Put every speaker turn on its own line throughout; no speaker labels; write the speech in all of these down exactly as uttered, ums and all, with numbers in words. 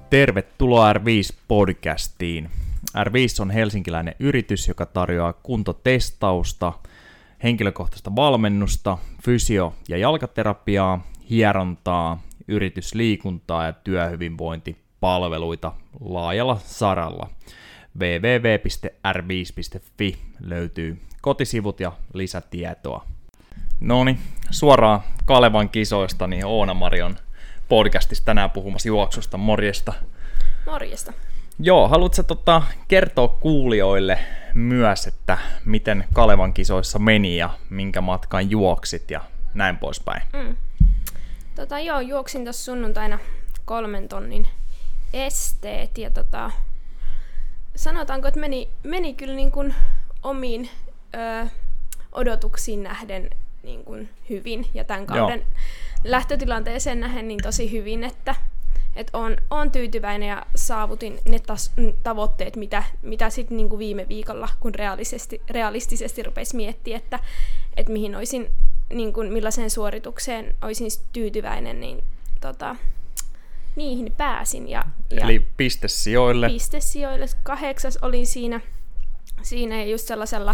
Tervetuloa R viisi podcastiin. R viisi on helsinkiläinen yritys, joka tarjoaa kuntotestausta, henkilökohtaista valmennusta, fysio- ja jalkaterapiaa, hierontaa, yritysliikuntaa ja työhyvinvointipalveluita laajalla saralla. double-u double-u double-u piste r viisi piste f i löytyy kotisivut ja lisätietoa. Noniin, suoraan Kalevan kisoista, niin Oona-Mari on podcastissa tänään puhumassa juoksusta. Morjesta.
Morjesta.
Joo, haluatko tota, kertoa kuulijoille myös, että miten Kalevan kisoissa meni ja minkä matkan juoksit ja näin poispäin?
Mm. Tota, joo, juoksin tuossa sunnuntaina kolmen tonnin esteet ja tota, sanotaanko, että meni, meni kyllä niin kuin omiin ö, odotuksiin nähden niin kuin hyvin ja tämän kauden joo. lähtötilanteeseen nähden niin tosi hyvin, että et on, on tyytyväinen ja saavutin ne tas, tavoitteet, mitä, mitä sitten niinku viime viikolla, kun realistisesti, realistisesti rupesi miettimään, että et mihin olisin, niinku, millaiseen suoritukseen olisin tyytyväinen, niin tota, niihin pääsin. Ja, ja
Eli pistesijoille?
Pistesijoille. Kahdeksas olin siinä, siinä just sellaisella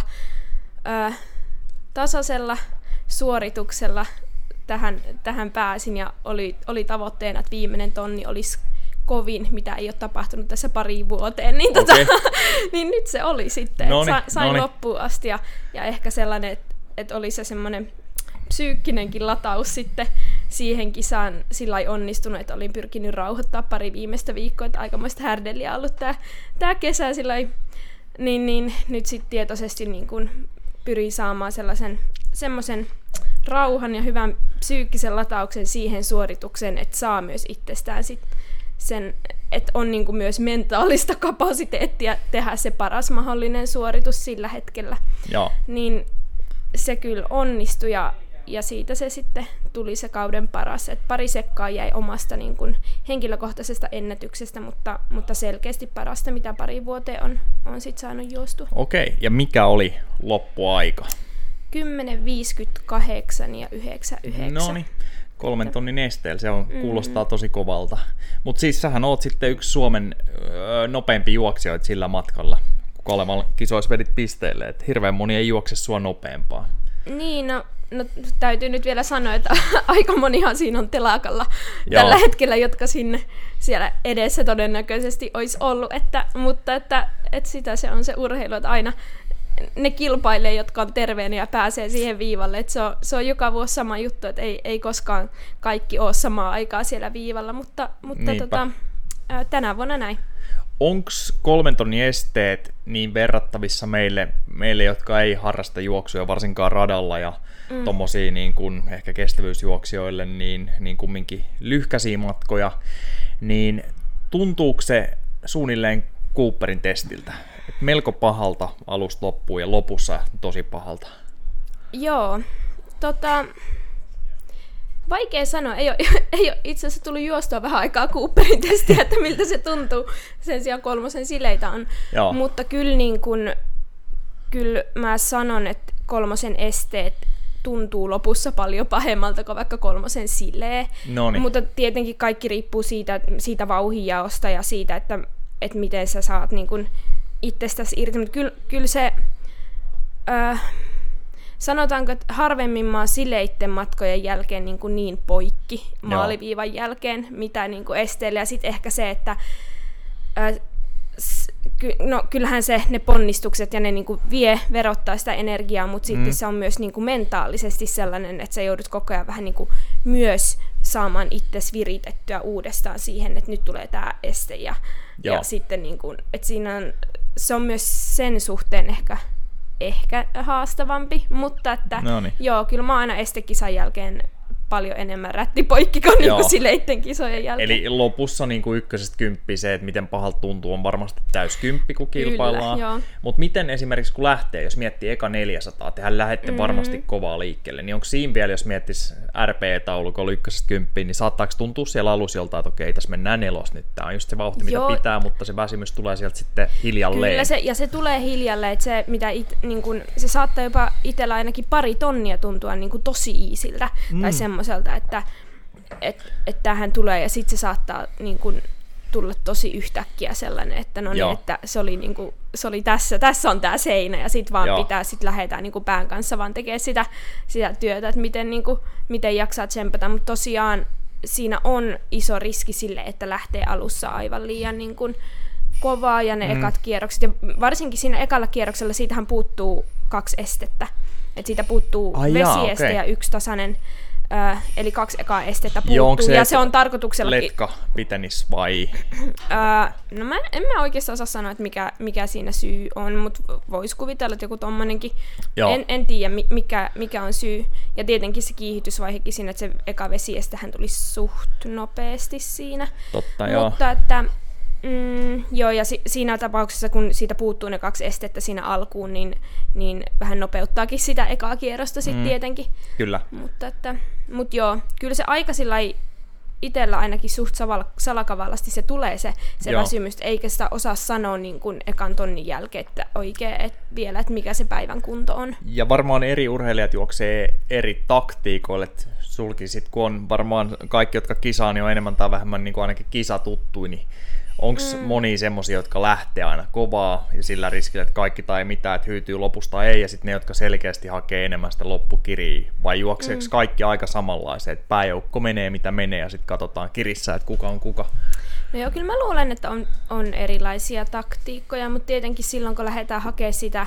ö, tasaisella suorituksella Tähän, tähän pääsin ja oli, oli tavoitteena, että viimeinen tonni olisi kovin, mitä ei ole tapahtunut tässä pariin vuoteen, niin, okay. tota, niin nyt se oli sitten. Noni, Sa, sain noni. loppuun asti ja, ja ehkä sellainen, että, että oli se semmoinen psyykkinenkin lataus sitten siihen kisaan sillä ei onnistunut, että olin pyrkinyt rauhoittaa pari viimeistä viikkoa, että aikamoista härdeliä ollut tämä, tämä kesä sillä ei, niin, niin nyt sitten tietoisesti niin kun pyrin saamaan sellaisen semmoisen rauhan ja hyvän psyykkisen latauksen siihen suoritukseen, että saa myös itsestään sit sen, että on niinku myös mentaalista kapasiteettia tehdä se paras mahdollinen suoritus sillä hetkellä.
Joo.
Niin se kyllä onnistui ja, ja siitä se sitten tuli se kauden paras. Et pari sekkaa jäi omasta niin kun henkilökohtaisesta ennätyksestä, mutta, mutta selkeästi parasta, mitä pari vuoteen on, on sit saanut juostua.
Okei, ja mikä oli loppuaika?
kymmenen viisikymmentäkahdeksan ja yhdeksän yhdeksän.
No niin, kolmen tonnin esteellä, se on, kuulostaa tosi kovalta. Mutta siis sähän oot sitten yksi Suomen öö, nopeampi juoksijoita sillä matkalla, kun Kalevan kisoissa vedit pisteelle, että hirveän moni ei juokse sua nopeampaa.
Niin, no, no täytyy nyt vielä sanoa, että aika monihan siinä on telakalla
Joo.
tällä hetkellä, jotka sinne siellä edessä todennäköisesti olisi ollut, että, mutta että, että sitä se on se urheilu, että aina ne kilpailee, jotka on terveenä ja pääsee siihen viivalle. Et se, on, se on joka vuosi sama juttu, että ei, ei koskaan kaikki ole samaa aikaa siellä viivalla, mutta, mutta tota, ää, tänä vuonna näin.
Onko kolmen tonnin esteet niin verrattavissa meille, meille, jotka ei harrasta juoksuja, varsinkaan radalla ja mm. tommosia niin kuin ehkä kestävyysjuoksijoille, niin, niin kumminkin lyhkäisiä matkoja, niin tuntuuko se suunnilleen Cooperin testiltä? Et melko pahalta alusta loppuun ja lopussa tosi pahalta.
Joo, tota, vaikea sanoa. Ei ole, ei ole itse asiassa tullut juostua vähän aikaa Cooperin testiä, että miltä se tuntuu. Sen sijaan kolmosen sileitä on. Joo. Mutta kyllä, niin kun, kyllä mä sanon, että kolmosen esteet tuntuu lopussa paljon pahemmalta kuin vaikka kolmosen silee. Noniin. Mutta tietenkin kaikki riippuu siitä, siitä vauhinjaosta ja siitä, että, että miten sä saat niin kun itsestäsi irti, mutta kyllä, kyllä se, äh, sanotaanko, että harvemmin mä oon sileitten matkojen jälkeen niin, kuin niin poikki maaliviivan Joo. jälkeen, mitä niin kuin esteille, ja sitten ehkä se, että äh, s, ky, no, kyllähän se, ne ponnistukset ja ne niin kuin vie, verottaa sitä energiaa, mutta mm. sitten se on myös niin kuin mentaalisesti sellainen, että sä joudut koko ajan vähän niin kuin myös saamaan itsesi viritettyä uudestaan siihen, että nyt tulee tää este, ja, ja sitten niin kuin, että siinä on se on myös sen suhteen ehkä, ehkä haastavampi, mutta että joo, kyllä mä oon aina estekisan jälkeen paljon enemmän rättipoikki kuin niinku sileitten kisojen jälkeen.
Eli lopussa niinku ykkösestä kymppi se, että miten pahalta tuntuu, on varmasti täys kymppi, kun kilpaillaan. Mutta miten esimerkiksi kun lähtee, jos miettii eka neljäsataa, tehän lähdette mm-hmm. varmasti kovaa liikkeelle, niin onko siinä vielä, jos miettisi R P-taulukolla ykkösestä kymppiin, niin saattaako tuntua siellä alussa joltain, että okei, tässä mennään nelos nyt, tämä on just se vauhti, mitä Joo. pitää, mutta se väsymys tulee sieltä sitten hiljalleen.
Kyllä, se, ja se tulee hiljalleen, että se, mitä it, niin kun, se saattaa jopa itsellä ainakin pari tonnia tuntua niin kun tosi iisiltä, mm. tai semmoiselta, että et, et tähän tulee, ja sitten se saattaa niin kun tulla tosi yhtäkkiä sellainen, että no niin, että se oli, niinku, se oli tässä, tässä on tää seinä, ja sit vaan Joo. pitää, sit lähdetään niinku pään kanssa vaan tekemään sitä, sitä työtä, että miten, niinku, miten jaksaa tsempata, mutta tosiaan siinä on iso riski sille, että lähtee alussa aivan liian niinku kovaa, ja ne mm. ekat kierrokset, ja varsinkin siinä ekalla kierroksella siitähän puuttuu kaksi estettä, että siitä puuttuu Ai vesieste jaa, okay. ja yksi tasainen, Ö, eli kaksi ekaa estettä puuttuu, Joo, se, ja se on tarkoituksella...
Letka pitenis vai?
Ö, no mä, en mä oikeastaan osaa sanoa, että mikä, mikä siinä syy on, mutta vois kuvitella, että joku tommonenkin, en, en tiedä mikä, mikä on syy. Ja tietenkin se kiihdytysvaihekin siinä, että se eka vesiestehän tuli suht nopeasti siinä.
Totta, joo.
Mutta että... Mm, joo, ja si- siinä tapauksessa, kun siitä puuttuu ne kaksi estettä siinä alkuun, niin, niin vähän nopeuttaakin sitä ekaa kierrosta sitten mm, tietenkin.
Kyllä.
Mutta että, mut joo, kyllä se aika sillai itsellä ainakin suht saval- salakavallasti se tulee se, se väsymys, eikä sitä osaa sanoa niin kuin ekan tonnin jälkeen, että oikein et vielä, että mikä se päivän kunto on.
Ja varmaan eri urheilijat juoksee eri taktiikoille, että sulki sit, kun on varmaan kaikki, jotka kisaa, niin on enemmän tai vähemmän niin kuin ainakin kisatuttui, niin onko mm. moni semmoisia, jotka lähtee aina kovaa ja sillä riskillä, että kaikki tai mitään, että hyytyy lopusta ei, ja sitten ne, jotka selkeästi hakee enemmän sitä loppukiriä, vai juokseeko mm. kaikki aika samanlaisia, että pääjoukko menee mitä menee ja sitten katsotaan kirissä, että kuka on kuka?
No joo, kyllä mä luulen, että on, on erilaisia taktiikkoja, mutta tietenkin silloin, kun lähdetään hakemaan sitä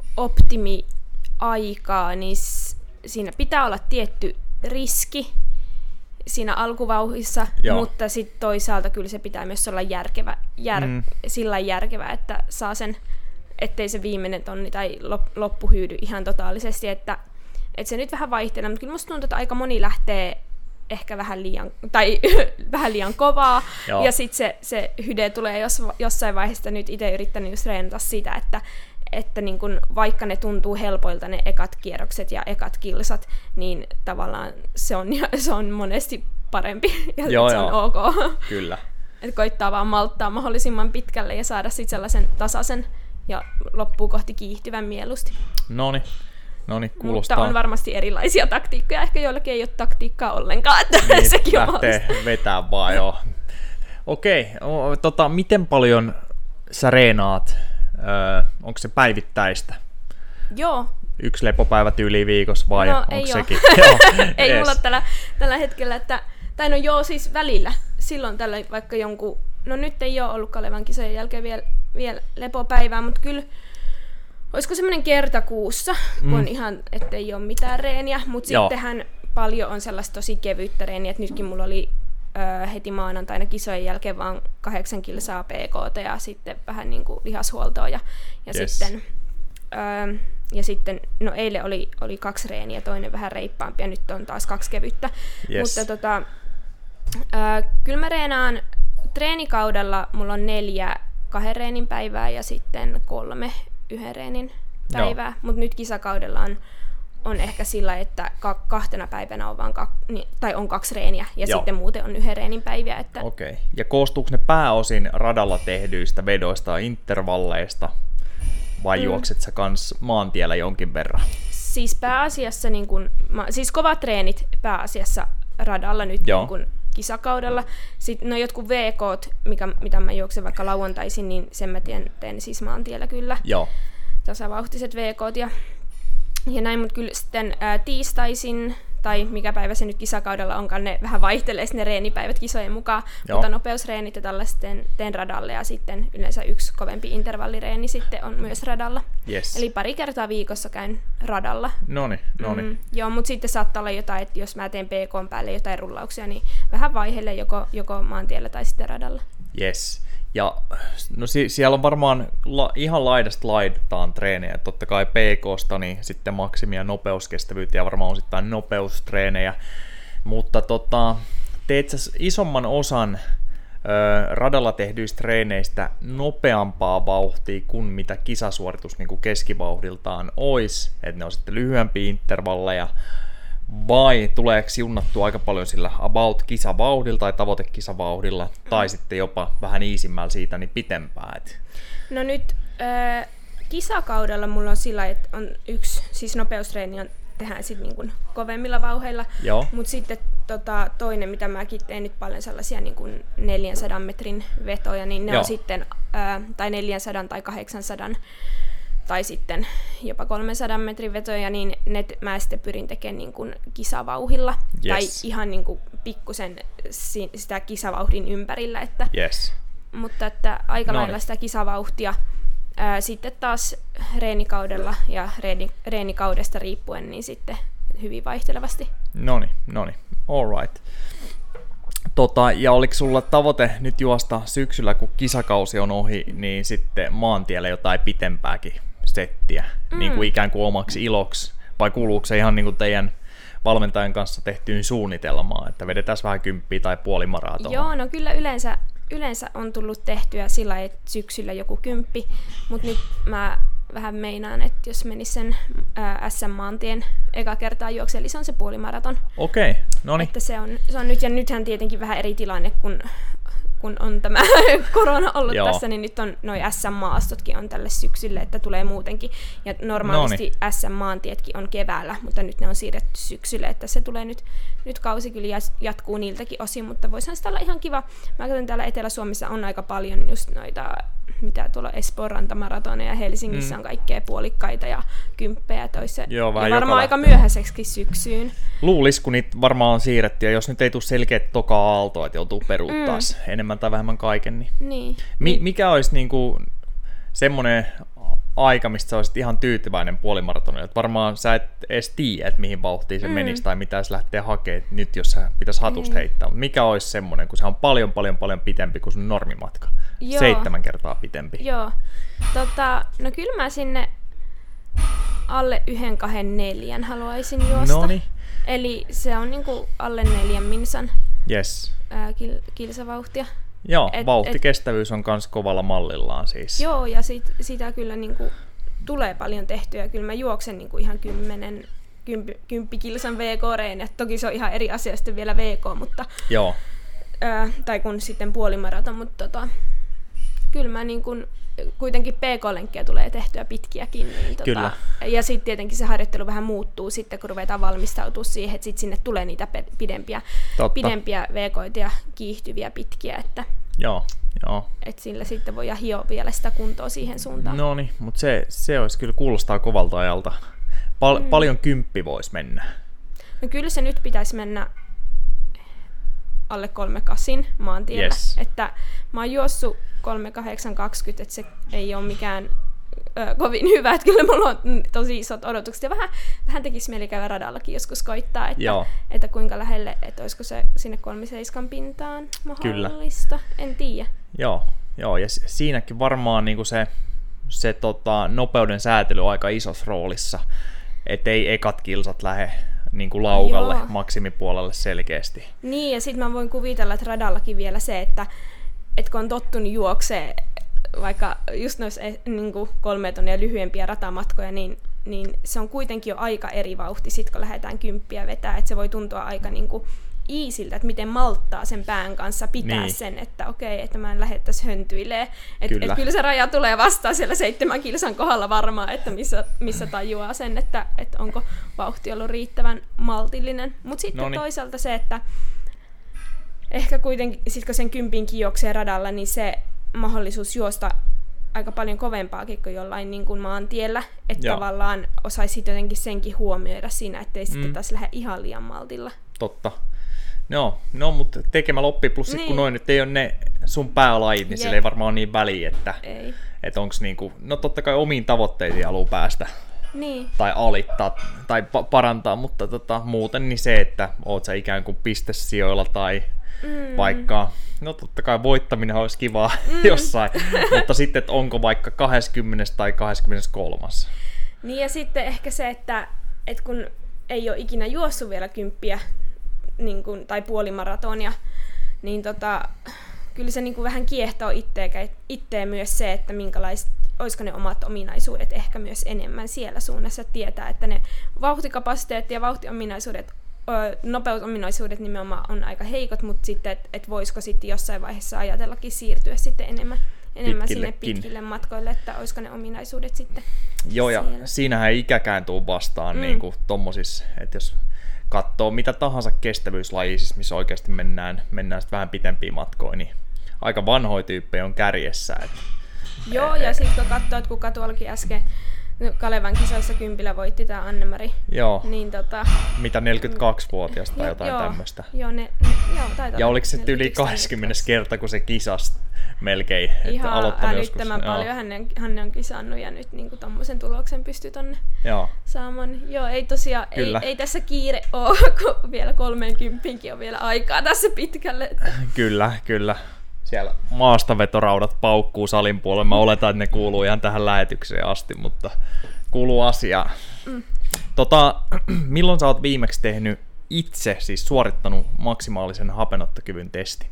optimiaikaa, niin siinä pitää olla tietty riski siinä alkuvauhissa, Joo. mutta sitten toisaalta kyllä se pitää myös olla järkevä, jär, mm. sillä järkevä, että saa sen, ettei se viimeinen tonni tai loppu hyydy ihan totaalisesti, että, että se nyt vähän vaihtelee, mutta kyllä musta tuntuu, että aika moni lähtee ehkä vähän liian, tai vähän liian kovaa, Joo. ja sitten se, se hyde tulee jos, jossain vaiheessa, nyt itse yrittänyt just treenata sitä, että että niin kun, vaikka ne tuntuu helpoilta ne ekat kierrokset ja ekat kilsat, niin tavallaan se on, se on monesti parempi ja joo, se joo. on ok.
Kyllä.
Että koittaa vaan malttaa mahdollisimman pitkälle ja saada sitten sellaisen tasaisen ja loppuun kohti kiihtyvän mieluusti.
Noniin. Noniin, kuulostaa.
Mutta on varmasti erilaisia taktiikkoja. Ehkä joillakin ei ole taktiikkaa ollenkaan. Että niin, sekin on
lähtee vetää vaan, joo. Okei, okay. tota, miten paljon sä reenaat? Öö, onko se päivittäistä?
Joo.
Yksi lepopäivä tyyliin viikossa vai
no,
onko
ei
sekin?
Ei yes. mulla tällä, tällä hetkellä, että, tai no joo siis välillä. Silloin tällä vaikka jonkun, no nyt ei ole ollut Kalevan kisojen jälkeen vielä, vielä lepopäivää, mutta kyllä olisiko semmoinen kerta kuussa, mm. kun on ihan, ettei ole mitään reeniä, mutta sittenhän paljon on sellaista tosi kevyttä reeniä, että nytkin mulla oli heti maanantaina kisojen jälkeen vaan kahdeksan kilsaa P K T ja sitten vähän niin kuin lihashuoltoa ja, ja
yes.
sitten öö, ja sitten no eilen oli, oli kaksi reeniä, toinen vähän reippaampi ja nyt on taas kaksi kevyttä,
yes.
mutta tota, öö, kyllä mä reenaan treenikaudella, mulla on neljä kahden reenin päivää ja sitten kolme yhden reenin päivää, no. mutta nyt kisakaudella on on ehkä sillä, että ka- kahtena päivänä on vaan kak- niin, tai on kaksi reeniä ja Joo. sitten muuten on yhden reenin päiviä. Että...
Okei. Okay. Ja koostuuko ne pääosin radalla tehdyistä vedoista ja intervalleista vai mm. juokset sä kans maantiellä jonkin verran?
Siis pääasiassa, niin kun, ma- siis kovat treenit pääasiassa radalla nyt niin kun kisakaudella. Sitten no jotkut V K:t, mikä, mitä mä juoksen vaikka lauantaisin, niin sen mä teen, teen siis maantiellä kyllä.
Joo.
Tasavauhtiset V K:t ja Ja näin, mutta kyllä sitten ää, tiistaisin, tai mikä päivä se nyt kisakaudella onkaan, ne vähän vaihtelee ne reenipäivät kisojen mukaan, Joo. mutta nopeusreenit ja tällaiset teen, teen radalle, ja sitten yleensä yksi kovempi intervallireeni sitten on myös radalla.
Yes.
Eli pari kertaa viikossa käyn radalla.
Noniin, noniin.
Mm, joo, mutta sitten saattaa olla jotain, että jos mä teen P K:n päälle jotain rullauksia, niin vähän vaihelee joko, joko maantiellä tai sitten radalla.
Yes. Ja no si- siellä on varmaan la- ihan laidasta laidetaan treenejä, totta kai P K:sta, niin sitten maksimia nopeuskestävyyttä ja varmaan osittain nopeustreenejä, mutta tota, teet sä isomman osan ö, radalla tehdyistä treeneistä nopeampaa vauhtia kuin mitä kisasuoritus niin kuin keskivauhdiltaan olisi, että ne on sitten lyhyempiä intervalleja, vai tuleeko junnattua aika paljon sillä about kisavauhdilla tai tavoitekisavauhdilla, mm. tai sitten jopa vähän iisimmällä siitä niin pitempään?
No nyt äh, kisakaudella mulla on sillä, että on yksi, siis nopeustreeni on tehdään sitten niin kovemmilla vauheilla.
Joo.
Mutta sitten tota, toinen, mitä mäkin teen nyt paljon sellaisia niin kuin neljänsadan metrin vetoja, niin ne
Joo.
on sitten, ää, tai neljänsadan tai kahdeksansadan, tai sitten jopa kolmensadan metrin vetoja, niin ne mä sitten pyrin tekemään niin kuin kisavauhilla,
Yes.
tai ihan niin kuin pikkusen si- sitä kisavauhdin ympärillä, että,
Yes.
mutta että aika
Noniin.
lailla sitä kisavauhtia. Ää, sitten taas reenikaudella ja reeni, reenikaudesta riippuen, niin sitten hyvin vaihtelevasti.
Noni, noni. All right. Tota, ja oliko sulla tavoite nyt juosta syksyllä, kun kisakausi on ohi, niin sitten maantielle jotain pitempääkin settiä, mm. niin kuin ikään kuin omaksi iloksi? Vai kuuluuko se ihan niin kuin teidän valmentajan kanssa tehtyyn suunnitelmaan, että vedetään vähän kymppiä tai puolimaratoa?
Joo, no kyllä yleensä, yleensä on tullut tehtyä sillä lailla, että syksyllä joku kymppi, mutta nyt mä vähän meinaan, että jos menis sen ää, S M-maantien eka kertaa juokse, eli se on se puolimaraton.
Okei, okay. No niin.
Että se on, se on nyt, ja nythän tietenkin vähän eri tilanne, kun, kun on tämä korona ollut
Joo.
tässä, niin nyt on noi S M-maastotkin on tälle syksylle, että tulee muutenkin. Ja normaalisti
Noniin.
S M-maantietkin on keväällä, mutta nyt ne on siirretty syksylle, että se tulee nyt, nyt kausi kyllä jatkuu niiltäkin osin, mutta voisihan sitä olla ihan kiva. Mä katson täällä Etelä-Suomessa on aika paljon just noita, mitä tuolla Espoon rantamaratoneja ja Helsingissä mm. on kaikkea puolikkaita ja kymppejä toissa.
Joo,
ja
vähän
varmaan
joka
aika
lähtee.
myöhäiseksi syksyyn.
Luulis, kun niitä varmaan on siirretty, ja jos nyt ei tule selkeät toka aaltoa, että joutuu peruuttaa mm. enemmän tai vähemmän kaiken, niin...
Niin.
Mi- mikä olisi niinku semmoinen aika, mistä sä olisit ihan tyytyväinen puolimaratonille? Että varmaan sä et edes tiedä, että mihin vauhtiin se mm. menisi tai mitä se lähtee hakemaan nyt, jos sä pitäisi hatusta mm. heittää. Mikä olisi semmoinen, kun se on paljon, paljon, paljon pitempi kuin sun normimatka?
Joo.
Seitsemän kertaa pitempi.
Joo. Tota, no kyllä mä sinne alle yhden, kahden, neljän haluaisin juosta.
Noniin.
Eli se on niinku alle neljän minsan
Yes.
ää, kil- kilsavauhtia.
Joo,
Et-
vauhtikestävyys on myös kovalla mallillaan siis.
Joo, ja sit, sitä kyllä niinku tulee paljon tehtyä. Kyllä mä juoksen niinku ihan kymmenen, kymppi, kymppikilsan V K-reen. Toki se on ihan eri asia sitten vielä V K, mutta...
Joo.
Ää, tai kun sitten puolimaraton, mutta tota, kyllä mä niin kun, kuitenkin P K-lenkkejä tulee tehtyä pitkiäkin. Niin tota,
Kyllä.
Ja sitten tietenkin se harjoittelu vähän muuttuu sitten, kun ruvetaan valmistautua siihen, että sit sinne tulee niitä pe- pidempiä, pidempiä V K:itä ja kiihtyviä pitkiä, että
Joo, joo.
et sillä sitten voi hioa vielä sitä kuntoa siihen suuntaan.
No niin, mutta se, se olisi kyllä kuulostaa kovalta ajalta. Pal- mm. Paljon kymppi voisi mennä.
No kyllä se nyt pitäisi mennä alle kolme kahdeksan maantiellä.
Yes.
Että mä oon juossut kolme kahdeksan kaksikymmentä, että se ei ole mikään ö, kovin hyvä. Että kyllä mulla on tosi isot odotukset. Ja vähän, vähän tekisi mieli käydä radallakin joskus koittaa, että, että kuinka lähelle, että olisiko se sinne kolme seitsemän pintaan mahdollista. Kyllä. En tiedä.
Joo, joo, ja siinäkin varmaan niinku se, se tota, nopeuden säätely on aika isossa roolissa. Että ei ekat kilsat lähde niin kuin laukalle, Joo. maksimipuolelle selkeästi.
Niin, ja sitten mä voin kuvitella, että radallakin vielä se, että, että kun on tottunut juoksee vaikka just noissa niin kuin kolme tonnia lyhyempiä ratamatkoja, niin, niin se on kuitenkin jo aika eri vauhti, sit kun lähdetään kymppiä vetää, että se voi tuntua aika niin kuin iisiltä, että miten malttaa sen pään kanssa pitää niin. sen, että okei, että mä en lähdettäisi höntyilee. Et, kyllä. Et kyllä se raja tulee vastaan siellä seitsemän kilsan kohdalla varmaan, että missä, missä tajuaa sen, että, että onko vauhti ollut riittävän maltillinen. Mutta sitten Noniin. toisaalta se, että ehkä kuitenkin, sit kun sen kympinkin juoksee radalla, niin se mahdollisuus juosta aika paljon kovempaakin kuin jollain niin kuin maantiellä, että Joo. tavallaan osaisi jotenkin senkin huomioida siinä, ettei mm. sitten taas lähde ihan liian maltilla.
Totta. No, no mutta tekemä loppi, plus niin. kun noin nyt ei ole ne sun päälajit, niin sillä ei varmaan ole niin väliä, että et onks niinku, no totta kai omiin tavoitteisiin haluaa päästä.
Niin.
Tai alittaa tai pa- parantaa, mutta tota, muuten niin se, että oot sä ikään kuin pistesijoilla tai mm. vaikka, no totta kai voittaminen olisi kivaa mm. jossain, mutta sitten, että onko vaikka kaksikymmentä tai kaksikymmentäkolme.
Niin ja sitten ehkä se, että, että kun ei ole ikinä juossut vielä kymppiä niin kuin, tai puolimaratonia, niin tota, kyllä se niin kuin vähän kiehtoo itteä, itteä myös se, että minkälaiset olisiko ne omat ominaisuudet ehkä myös enemmän siellä suunnassa, tietää, että ne vauhtikapasiteetti ja vauhtiominaisuudet, nopeusominaisuudet nimenomaan on aika heikot, mutta sitten, että et voisiko sitten jossain vaiheessa ajatellakin siirtyä sitten enemmän, enemmän sinne pitkille matkoille, että olisiko ne ominaisuudet sitten
Joo, ja
siellä.
Siinähän ei ikäkään tuu vastaan mm. niin kuin tommosissa, että jos katsoo mitä tahansa kestävyyslajissa, missä oikeasti mennään, mennään sitten vähän pitempiä matkoja, niin aika vanhoja tyyppejä on kärjessä. Että
Joo, ja sitten kun katsoo, että kuka tuollakin äsken Kalevan kisoissa kympillä voitti tämä Anne-Mari.
Joo.
Niin tota,
mitä neljäkymmentäkaksivuotias tai
jo,
jotain
joo,
tämmöistä.
Joo, ne, ne, joo, taitaa
ja oliko se yli kaksikymmentä kerta, kun se kisasi melkein?
Ihan älyttömän paljon hänen, hän on kisannut ja nyt niin tommosen tuloksen pystyy tonne
joo.
saamaan. Joo, ei tosiaan, ei, ei tässä kiire ole, kun vielä kolmeenkymppiinkin on vielä aikaa tässä pitkälle.
Kyllä, kyllä. Siellä maastavetoraudat paukkuu salin puolella. Mä oletan, että ne kuuluu ihan tähän lähetykseen asti, mutta kuuluu asiaan. Mm. Tota, milloin sä oot viimeksi tehnyt itse, siis suorittanut maksimaalisen hapenottokyvyn testin?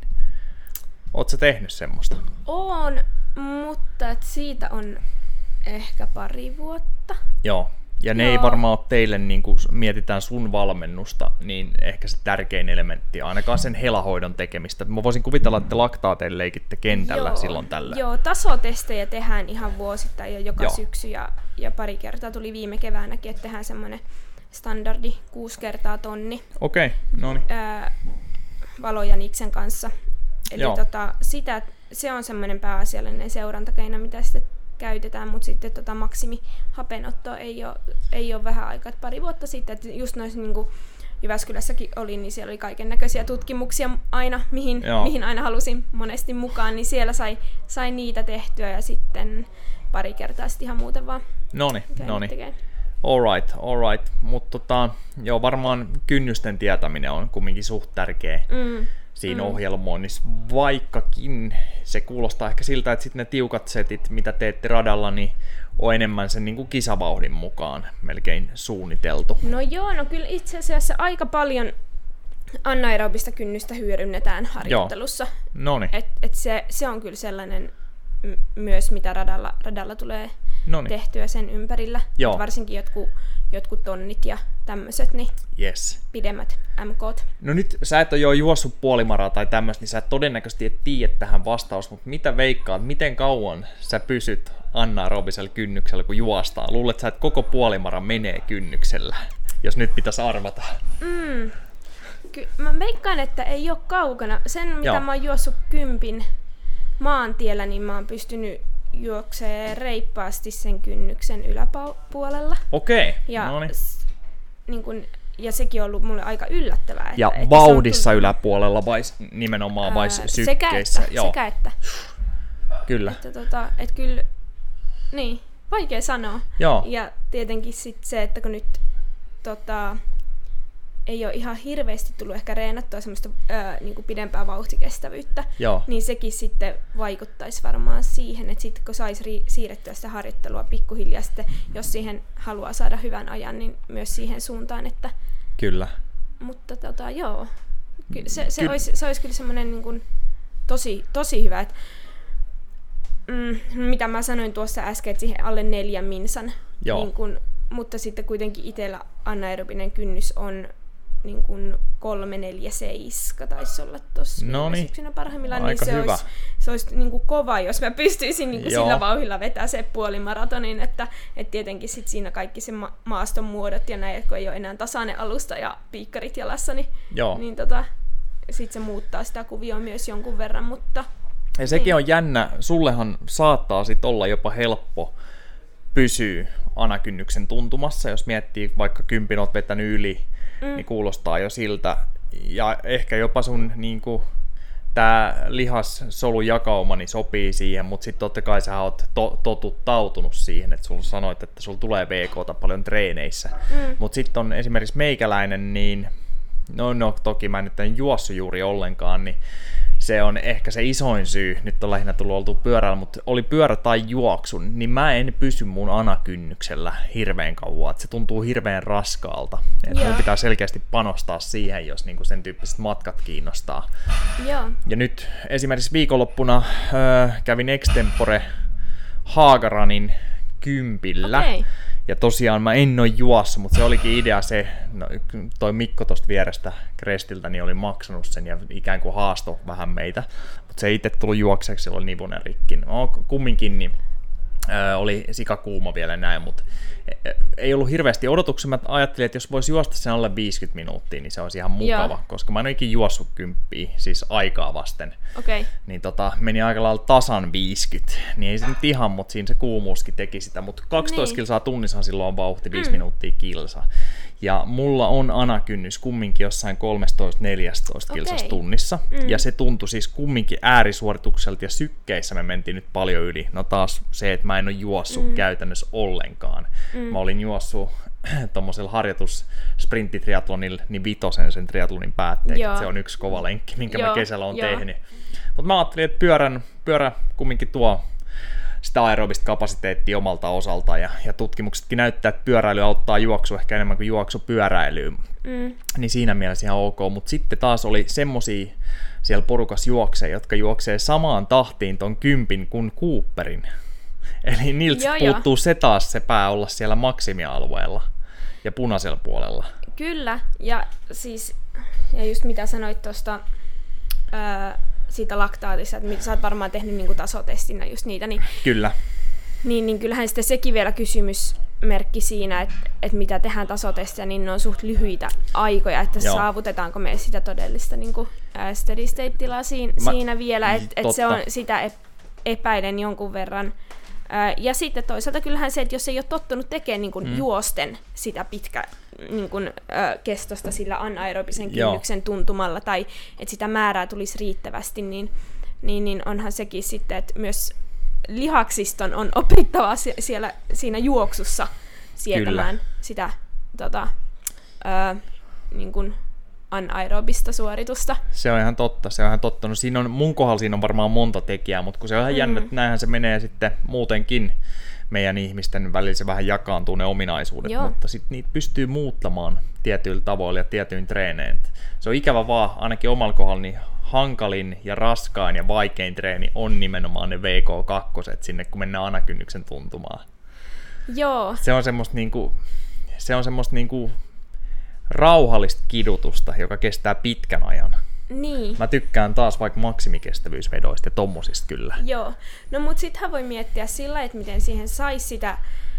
Oot sä tehnyt semmoista?
Oon, mutta et siitä on ehkä pari vuotta.
Joo. Ja ne
Joo.
ei varmaan ole teille, niin kun mietitään sun valmennusta, niin ehkä se tärkein elementti, ainakaan sen helahoidon tekemistä. Mä voisin kuvitella, että laktaateille leikitte kentällä
Joo.
silloin tällä.
Joo, tasotestejä tehdään ihan vuosittain ja joka
Joo.
syksy ja, ja pari kertaa tuli viime keväänäkin, että tehdään semmoinen standardi kuusi kertaa tonni.
Okei, okay. no niin.
Ää, Valo ja Niksen kanssa. Eli tota, sitä, se on semmoinen pääasiallinen seurantakeino, mitä sitten käytetään, mutta sitten tota maksimihapenottoa ei ole, ei ole vähän aikaa, että pari vuotta sitten, että just noissa niin kuin Jyväskylässäkin oli, niin siellä oli kaiken näköisiä tutkimuksia aina, mihin, mihin aina halusin monesti mukaan, niin siellä sai, sai niitä tehtyä ja sitten pari kertaa sitten ihan muuten vaan.
Noniin, noniin. Alright, alright, mutta tota, joo, varmaan kynnysten tietäminen on kumminkin suht tärkeä. Mm. Siinä mm. ohjelmoinnissa, vaikkakin se kuulostaa ehkä siltä, että sitten ne tiukat setit, mitä teette radalla, niin on enemmän sen niin kuin kisavauhdin mukaan melkein suunniteltu.
No joo, no kyllä itse asiassa aika paljon anaerobista kynnystä hyödynnetään harjoittelussa.
Noniin.
Et, et se, se on kyllä sellainen m- myös, mitä radalla, radalla tulee Noniin. tehtyä sen ympärillä. Varsinkin jotkut, jotkut tonnit ja tämmöiset, niin
yes.
pidemmät M K:t.
No nyt sä et ole jo juossut puolimaraa tai tämmöistä, niin sä et todennäköisesti et tiedä tähän vastaus, mutta mitä veikkaat, miten kauan sä pysyt anaerobisella kynnyksellä, kun juostaan? Luulet sä, että koko puolimara menee kynnyksellä, jos nyt pitäisi arvata?
Mm. Ky- mä veikkaan, että ei ole kaukana. Sen, mitä Joo. mä oon juossut kympin maantiellä, niin mä oon pystynyt juoksee reippaasti sen kynnyksen yläpuolella.
Okei,
ja,
no niin.
S- niin kun, ja sekin on ollut mulle aika yllättävää.
Ja
että,
vauhdissa
tullut...
yläpuolella vai nimenomaan vai sykkeissä?
Sekä että.
Joo.
Sekä että.
Kyllä.
Että, tota, et kyllä, niin, vaikea sanoa.
Joo.
Ja tietenkin sit se, että kun nyt tota, ei ole ihan hirveästi tullut ehkä reenattua semmoista ää, niin kuin pidempää vauhtikestävyyttä,
Joo.
niin sekin sitten vaikuttaisi varmaan siihen, että sitten kun saisi ri- siirrettyä sitä harjoittelua pikkuhiljaa sitten, jos siihen haluaa saada hyvän ajan, niin myös siihen suuntaan, että...
Kyllä.
Mutta tota, joo, Ky- se, se, Ky- olisi, se olisi kyllä semmoinen niin kuin tosi, tosi hyvä, että mm, mitä mä sanoin tuossa äsken, että siihen alle neljän minsan, niin kun, mutta sitten kuitenkin itsellä anaerobinen kynnys on niin kuin kolme neljä seitsemän taisi olla tuossa syksynä parhaimmillaan, niin se
hyvä.
olisi, se olisi niin kuin kova, jos mä pystyisin niin kuin sillä vauhdilla vetää se puolimaratonin, että, että tietenkin sit siinä kaikki se ma- maaston muodot ja näin, kun ei ole enää tasainen alusta ja piikkarit jalassa, niin, niin tota, sitten se muuttaa sitä kuvioa myös jonkun verran, mutta...
Ja sekin niin. on jännä, sullehan saattaa sit olla jopa helppo pysyä anakynnyksen tuntumassa, jos miettii vaikka kympin oot vetänyt yli, mm. niin kuulostaa jo siltä. Ja ehkä jopa sun niinku, tää lihassolujakauma niin sopii siihen, mutta sitten totta kai sä oot to- totuttautunut siihen, että sulla sanoit, että sulla tulee V K:ta paljon treeneissä. Mm. Mutta sitten on esimerkiksi meikäläinen, niin no, no toki mä nyt en juossut juuri ollenkaan, niin se on ehkä se isoin syy, nyt on lähinnä tullut oltu pyörällä, mutta oli pyörä tai juoksu, niin mä en pysy mun anakynnyksellä hirveän kauan, että se tuntuu hirveän raskaalta. Että mun pitää selkeästi panostaa siihen, jos niinku sen tyyppiset matkat kiinnostaa.
Joo.
Ja nyt esimerkiksi viikonloppuna öö, kävin extempore Haagaranin kympillä.
Okay.
Ja tosiaan mä en ole juossut, mutta se olikin idea se, no, toi Mikko tosta vierestä Krestiltä niin oli maksanut sen ja ikään kuin haastoi vähän meitä. Mutta se itse tuli juokseeksi, sillä oli nivunen rikki. No, kumminkin niin, ö, oli sikakuuma vielä näin, mutta ei ollut hirveästi odotuksia. Mä ajattelin, että jos voisi juosta sen alle viisikymmentä minuuttia, niin se olisi ihan mukava, Joo. koska mä en ole ikinä juossut kymppiä, siis aikaa vasten.
Okay.
Niin tota, meni aika lailla tasan viisikymmentä, niin ei se nyt ihan, mutta siinä se kuumuuskin teki sitä. Mutta kaksitoista niin. kilsaa tunnissa silloin on vauhti, viisi mm. minuuttia kilsa. Ja mulla on anakynnys kumminkin jossain kolmetoista neljätoista okay. kilsassa tunnissa. Mm. Ja se tuntui siis kumminkin äärisuoritukselta ja sykkeissä me mentiin nyt paljon yli. No taas se, että mä en ole juossut mm. käytännössä ollenkaan. Mm. Mä olin juossut tuommoisella harjoitussprinttitriatlonilla niin vitosen sen triatlonin päätteeksi. Se on yksi kova lenkki, minkä Joo. mä kesällä on Joo. tehnyt. Mutta mä ajattelin, että pyörän, pyörä kumminkin tuo sitä aerobista kapasiteettia omalta osalta, ja, ja tutkimuksetkin näyttää, että pyöräily auttaa juoksu ehkä enemmän kuin juoksu pyöräilyyn. Mm. Niin siinä mielessä ihan ok, mutta sitten taas oli semmosia siellä porukas juoksee, jotka juoksee samaan tahtiin ton kympin kuin Cooperin. Eli niiltä joo, puuttuu jo. se taas se pää olla siellä maksimialueella ja punaisella puolella.
Kyllä, ja siis, ja just mitä sanoit tuosta siitä laktaatista, että sä oot varmaan tehnyt niinku tasotestinä just niitä, niin,
Kyllä.
Niin, niin kyllähän sitten sekin vielä kysymysmerkki siinä, että, että mitä tehdään tasotestiä, niin ne on suht lyhyitä aikoja, että Joo. saavutetaanko me sitä todellista niinku, ää, steady state-tilaa siinä, Mä, siinä vielä, että et se on sitä epäilen jonkun verran. Ja sitten toisaalta kyllähän se, että jos ei ole tottunut tekemään niin kuin mm. juosten sitä pitkä niin kuin, ö, kestosta sillä anaerobisen kynnyksen Joo. tuntumalla, tai että sitä määrää tulisi riittävästi, niin, niin, niin onhan sekin sitten, että myös lihaksiston on opittava siellä, siinä juoksussa sietämään Kyllä. sitä tota, ö, niin kuin anaerobista suoritusta.
Se on ihan totta, se on ihan totta. No siinä on, mun kohdalla siinä on varmaan monta tekijää, mutta kun se on ihan mm. jännä, että näinhän se menee sitten muutenkin meidän ihmisten välillä, se vähän jakaantuu ne ominaisuudet, Joo. mutta sitten niitä pystyy muuttamaan tietyillä tavoilla ja tietyin treenein. Se on ikävä vaan, ainakin omalla kohdalla, niin hankalin ja raskain ja vaikein treeni on nimenomaan ne V K kaksi sinne, kun mennään anakynnyksen tuntumaan.
Joo.
Se on semmoista niinku, se on semmoista niinku rauhallista kidutusta, joka kestää pitkän ajan.
Niin.
Mä tykkään taas vaikka maksimikestävyysvedoista ja tommosista kyllä.
Joo. No mut sittenhän voi miettiä sillä, että miten siihen saisi sitä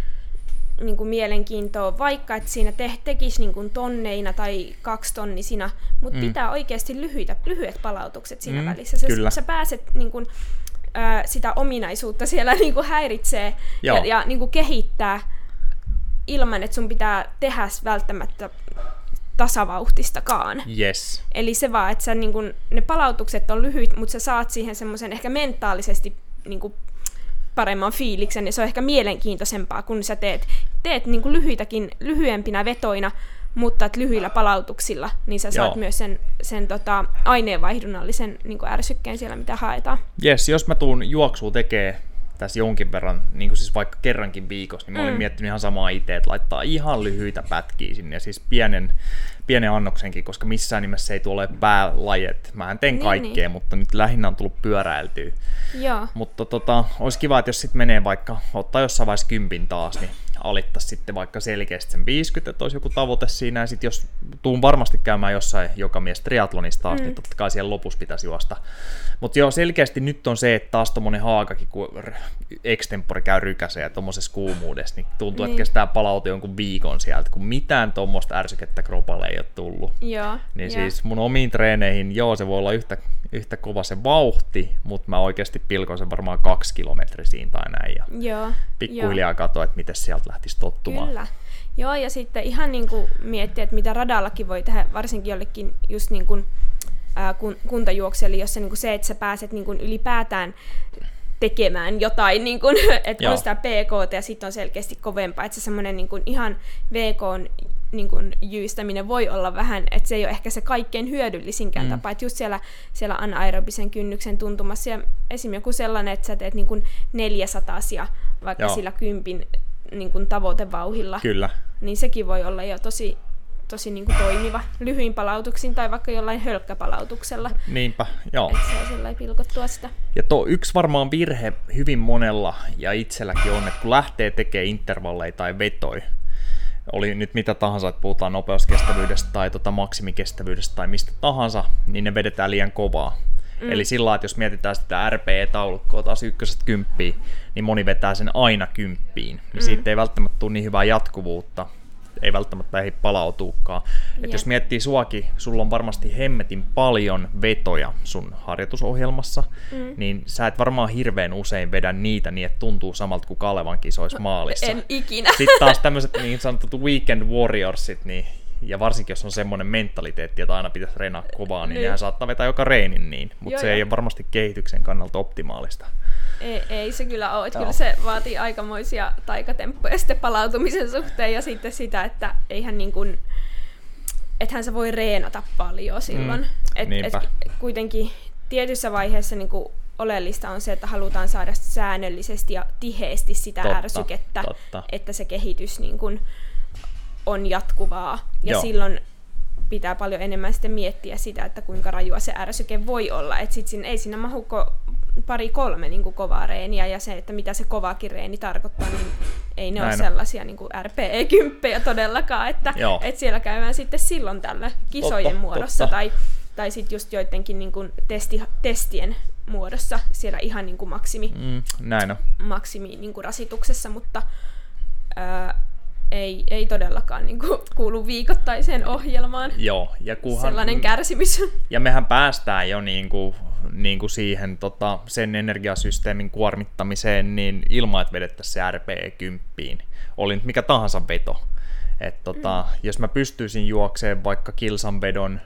niin kuin mielenkiintoa, vaikka että siinä te- tekisi niin kuin tonneina tai kaksitonnisina, mutta mm. pitää oikeasti lyhyitä, lyhyet palautukset siinä mm, välissä. Sä, sä pääset niin kuin, äh, sitä ominaisuutta siellä niin kuin häiritsee Joo. ja, ja niin kuin kehittää ilman, että sun pitää tehdä välttämättä tasavauhtistakaan.
Yes.
Eli se vaan, että sä, niin kun, ne palautukset on lyhyt, mutta sä saat siihen semmoisen ehkä mentaalisesti niin kun, paremman fiiliksen, ja se on ehkä mielenkiintoisempaa, kun sä teet, teet niin kun lyhyitäkin, lyhyempinä vetoina, mutta et lyhyillä palautuksilla, niin sä saat Joo. myös sen, sen tota, aineenvaihdunnallisen niin kun ärsykkeen siellä, mitä haetaan.
Yes, jos mä tuun juoksua tekee tässä jonkin verran, niin kuin siis vaikka kerrankin viikossa, niin mä olin mm. miettinyt ihan samaa itse, että laittaa ihan lyhyitä pätkiä sinne, ja siis pienen, pienen annoksenkin, koska missään nimessä ei tule päälajet. Mähän teen niin, kaikkea, niin. mutta nyt lähinnä on tullut pyöräiltyä.
Joo.
Mutta tota, olisi kiva, että jos sitten menee vaikka, ottaa jossain vaiheessa kympin taas, niin alittaisi sitten vaikka selkeästi sen viisikymmentä, että olisi joku tavoite siinä, ja sitten jos tuun varmasti käymään jossain joka mies triathlonista taas, mm. niin totta kai siellä lopussa pitäisi juosta. Mutta joo, selkeästi nyt on se, että taas tommonen haakakin, kun extempore käy rykäseen ja tommosessa kuumuudessa, niin tuntuu, niin. että kestää palaute jonkun viikon sieltä, kun mitään tommoista ärsykettä kropalle ei ole tullut.
Joo,
niin
jo.
siis mun omiin treeneihin, joo, se voi olla yhtä, yhtä kova se vauhti, mutta mä oikeasti pilkoin sen varmaan kaksi kilometrisiin tai näin. Ja
joo,
pikkuhiljaa katsoin, että miten sieltä lähtisi tottumaan.
Kyllä. Joo, ja sitten ihan niin kuin miettiä, että mitä radallakin voi tehdä, varsinkin jollekin just niin kuin kuntajuokseli, jossa niin kuin se, että sä pääset niin kuin ylipäätään tekemään jotain, niin kuin, että Joo. on sitä P K ja sitten on selkeästi kovempaa, että se semmoinen niin kuin ihan V K:n niin kuin jyystäminen voi olla vähän, että se ei ole ehkä se kaikkein hyödyllisinkään mm. tapa, että just siellä, siellä anaerobisen kynnyksen tuntumassa, ja esim. Joku sellainen, että sä teet niin kuin neljäsatasia vaikka Joo. sillä kympin niin kuin tavoitevauhilla,
Kyllä.
niin sekin voi olla jo tosi tosi niin kuin toimiva lyhyin palautuksin tai vaikka jollain hölkkäpalautuksella.
Niinpä, joo.
Että saa sellainen pilkottua sitä.
Ja tuo yksi varmaan virhe hyvin monella ja itselläkin on, että kun lähtee tekemään intervalleja tai vetoja, oli nyt mitä tahansa, että puhutaan nopeuskestävyydestä tai tota maksimikestävyydestä tai mistä tahansa, niin ne vedetään liian kovaa. Mm. Eli sillä lailla, että jos mietitään sitä R P E-taulukkoa taas ykkösestä kymppiin, niin moni vetää sen aina kymppiin. Mm. Siitä ei välttämättä tule niin hyvää jatkuvuutta, ei välttämättä ehdi palautuukaan. Että jos miettii suakin, sulla on varmasti hemmetin paljon vetoja sun harjoitusohjelmassa, mm. niin sä et varmaan hirveän usein vedä niitä niin, että tuntuu samalta kuin Kalevan kisoissa maalissa.
En ikinä.
Sitten taas tämmöiset niin sanotut weekend warriorsit, niin ja varsinkin jos on semmoinen mentaliteetti, että aina pitäisi reenaa kovaa, niin nehän saattaa vetää joka reenin niin, mutta se jo. ei ole varmasti kehityksen kannalta optimaalista.
Ei, ei se kyllä ole, että kyllä se vaatii aikamoisia taikatemppuja sitten palautumisen suhteen ja sitten sitä, että eihän niin kuin, ethän sä voi reenata paljon silloin. Mm, et, et kuitenkin tietyssä vaiheessa niin kuin oleellista on se, että halutaan saada säännöllisesti ja tiheesti sitä totta, ärsykettä, totta. Että se kehitys niin kuin on jatkuvaa. Ja Joo. silloin pitää paljon enemmän sitten miettiä sitä, että kuinka rajua se ärsyke voi olla. Että sit siinä, ei siinä mahu pari kolme niin kuin kovaa reeniä, ja se, että mitä se kovakin reeni tarkoittaa, niin ei ne Näin ole on. sellaisia niin kuin R P E-kymppejä todellakaan, että et siellä käydään sitten silloin tällä kisojen totta, muodossa, totta. tai, tai sitten just joidenkin niin kuin testi, testien muodossa siellä ihan niin kuin maksimi,
mm, näin on.
maksimi niin kuin rasituksessa, mutta ää, ei, ei todellakaan niin kuin kuulu viikoittaiseen ohjelmaan.
Joo, ja kunhan,
sellainen kärsimys.
Ja mehän päästään jo niin kuin, niin kuin siihen tota, sen energiasysteemin kuormittamiseen niin ilman, että vedettäisiin se R P E kymppiin. Oli nyt mikä tahansa veto. Et, tota, mm. Jos mä pystyisin juokseen vaikka kilsan vedon,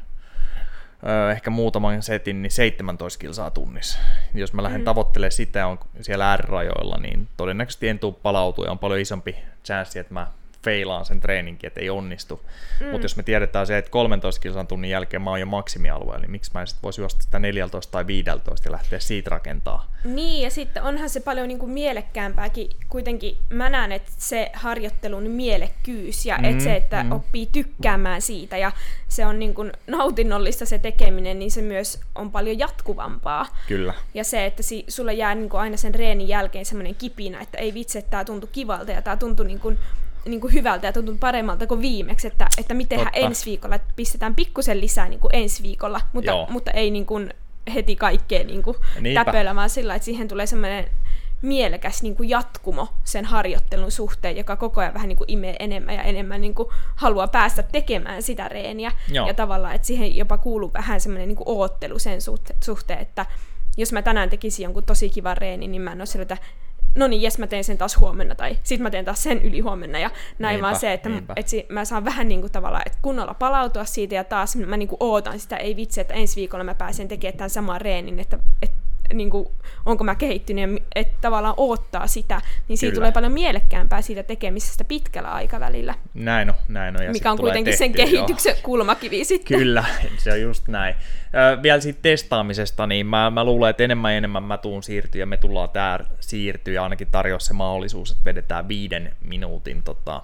ö, ehkä muutaman setin, niin seitsemäntoista kilsaa tunnissa. Jos mä lähden mm. tavoittelemaan sitä on siellä R-rajoilla, niin todennäköisesti en tule palautua ja on paljon isompi chanssi, että mä feilaan sen treeninkin, että ei onnistu. Mm. Mutta jos me tiedetään se, että kolmentoista kilsan tunnin jälkeen mä oon jo maksimialueella, niin miksi mä en sitten voisi juosta sitä neljätoista tai viisitoista ja lähteä siitä rakentaa?
Niin, ja sitten onhan se paljon niinku mielekkäämpääkin. Kuitenkin mä näen, että se harjoittelun mielekkyys ja mm, et se, että mm. oppii tykkäämään siitä ja se on niinku nautinnollista se tekeminen, niin se myös on paljon jatkuvampaa.
Kyllä. Ja
se, että si- sulla jää niinku aina sen reenin jälkeen semmoinen kipinä, että ei vitsi, että tää tuntui kivalta ja tää tuntui niinku niin kuin hyvältä ja tuntuu paremmalta kuin viimeksi, että, että mitenhän Totta. ensi viikolla, että pistetään pikkusen lisää niin kuin ensi viikolla, mutta, mutta ei niin kuin heti kaikkea niin kuin täpöillä, vaan sillä, että siihen tulee semmoinen mielekäs niin kuin jatkumo sen harjoittelun suhteen, joka koko ajan vähän niin kuin imee enemmän ja enemmän niin kuin haluaa päästä tekemään sitä reeniä. Joo. Ja tavallaan, että siihen jopa kuuluu vähän semmoinen niin kuin oottelu sen suhteen, että jos mä tänään tekisin jonkun tosi kivan reenin, niin mä en ole sillä, että no niin, jes, mä teen sen taas huomenna, tai sit mä teen taas sen yli huomenna, ja näin niinpä, vaan se, että m- et si- mä saan vähän niin kuin tavallaan, että kunnolla palautua siitä, ja taas mä niin kuin ootan sitä, ei vitsi, että ensi viikolla mä pääsen tekemään tämän saman reenin, että et, niin kuin, onko mä kehittynyt, että tavallaan oottaa sitä, niin siitä Kyllä. tulee paljon mielekkäämpää siitä tekemisestä pitkällä aikavälillä.
Näin on, näin on. Ja
mikä on kuitenkin tehtyä, sen kehityksen jo. kulmakivi sitten.
Kyllä, se on just näin. Ö, vielä siitä testaamisesta, niin mä, mä luulen, että enemmän ja enemmän mä tuun siirtyä, ja me tullaan täällä siirtyä, ja ainakin tarjoa se mahdollisuus, että vedetään viiden minuutin tota,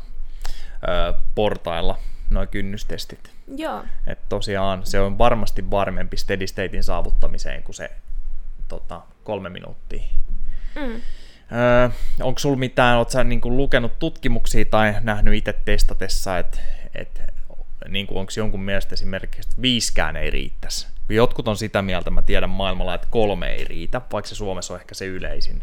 ö, portailla noin kynnystestit.
Joo.
Että tosiaan se on varmasti varmempi steady statein saavuttamiseen kuin se Tota, kolme minuuttia. Mm. Öö, onko sulla mitään, ootko sä niinku lukenut tutkimuksia tai nähnyt itse testatessa, että et, niinku, onko jonkun mielestä esimerkiksi, että viiskään ei riittäisi? Jotkut on sitä mieltä, mä tiedän maailmalla, että kolme ei riitä, vaikka se Suomessa on ehkä se yleisin.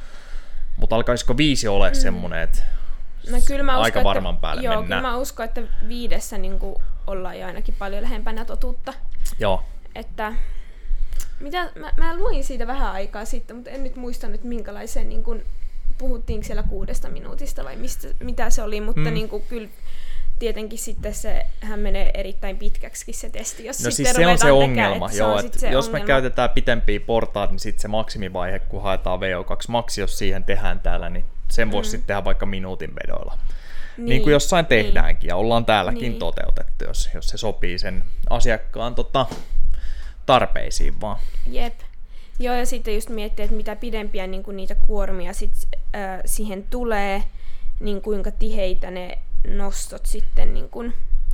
Mutta alkaisiko viisi ole mm. semmoinen, että
no, kyllä mä
aika
uskon,
varman päälle
joo,
mennään?
Kyllä mä uskon, että viidessä niinku ollaan jo ainakin paljon lähempänä totuutta.
Joo.
Että Mitä, mä, mä luin siitä vähän aikaa sitten, mutta en nyt muista nyt minkälaisen, niin kun, puhuttiinko siellä kuudesta minuutista vai mistä, mitä se oli, mutta mm. niin kun, kyllä tietenkin sitten sehän menee erittäin pitkäksi se testi, jos
no
sitten
siis se on se ongelma,
tekää,
joo,
se
että
se
jos
ongelma.
me käytetään pitempiä portaat, niin sitten se maksimivaihe, kun haetaan V O kaksi maksi, jos siihen tehdään täällä, niin sen voisi mm. sitten tehdä vaikka minuutin vedoilla. Niin, niin kuin jossain niin. tehdäänkin, ja ollaan täälläkin niin. toteutettu, jos, jos se sopii sen asiakkaan tota, tarpeisiin vaan.
Jep. Joo, ja sitten just miettiä, että mitä pidempiä niin kuin niitä kuormia sit, äh, siihen tulee, niin kuinka tiheitä ne nostot sitten niin kuin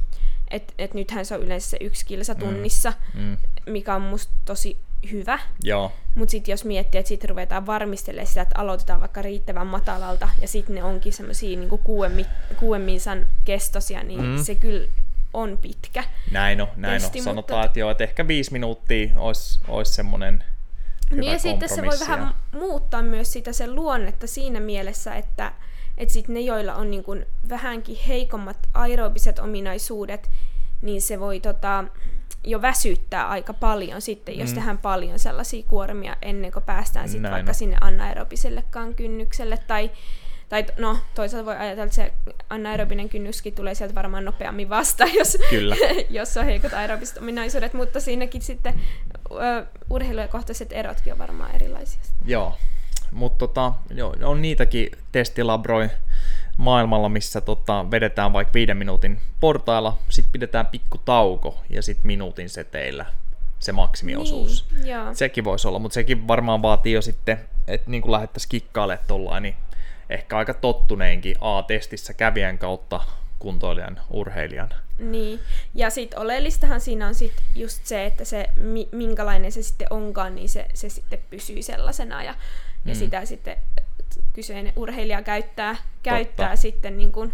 että et nythän se on yleensä se yksi kilsa tunnissa, mm. Mm. mikä on musta tosi hyvä. Mutta sitten jos miettii, että sitten ruvetaan varmistelemaan sitä, että aloitetaan vaikka riittävän matalalta, ja sitten ne onkin semmoisia niinku kuuden, kuuden minsan kestosia, niin mm. se kyllä on pitkä.
Näin on, näin on. Sanotaan, että joo, että ehkä viisi minuuttia olisi, olisi semmoinen hyvä
niin ja sitten se voi vähän muuttaa myös sitä sen luonnetta siinä mielessä, että et sit ne, joilla on niin kun vähänkin heikommat aerobiset ominaisuudet, niin se voi tota, jo väsyttää aika paljon sitten, jos mm. tehdään paljon sellaisia kuormia ennen kuin päästään sit vaikka on. sinne anaerobisellekaan kynnykselle. Tai, tai no, toisaalta voi ajatella, että se anaerobinen kynnyskin tulee sieltä varmaan nopeammin vastaan, jos, jos on heikot aerobiset ominaisuudet, mutta siinäkin sitten ö, urheilukohtaiset erotkin on varmaan erilaisia.
Joo, mutta tota, on niitäkin testilabroja maailmalla, missä tota, vedetään vaikka viiden minuutin portailla, sitten pidetään pikku tauko ja sitten minuutin seteillä se maksimiosuus.
Niin,
sekin voisi olla, mutta sekin varmaan vaatii jo sitten, että niin kuin lähdettäisiin kikkailemaan tollain, niin ehkä aika tottuneenkin A-testissä kävijän kautta kuntoilijan, urheilijan.
Niin, ja sitten oleellistahan siinä on sit just se, että se minkälainen se sitten onkaan, niin se, se sitten pysyy sellaisena, ja, ja mm. sitä sitten kyseinen urheilija käyttää, käyttää sitten niin kuin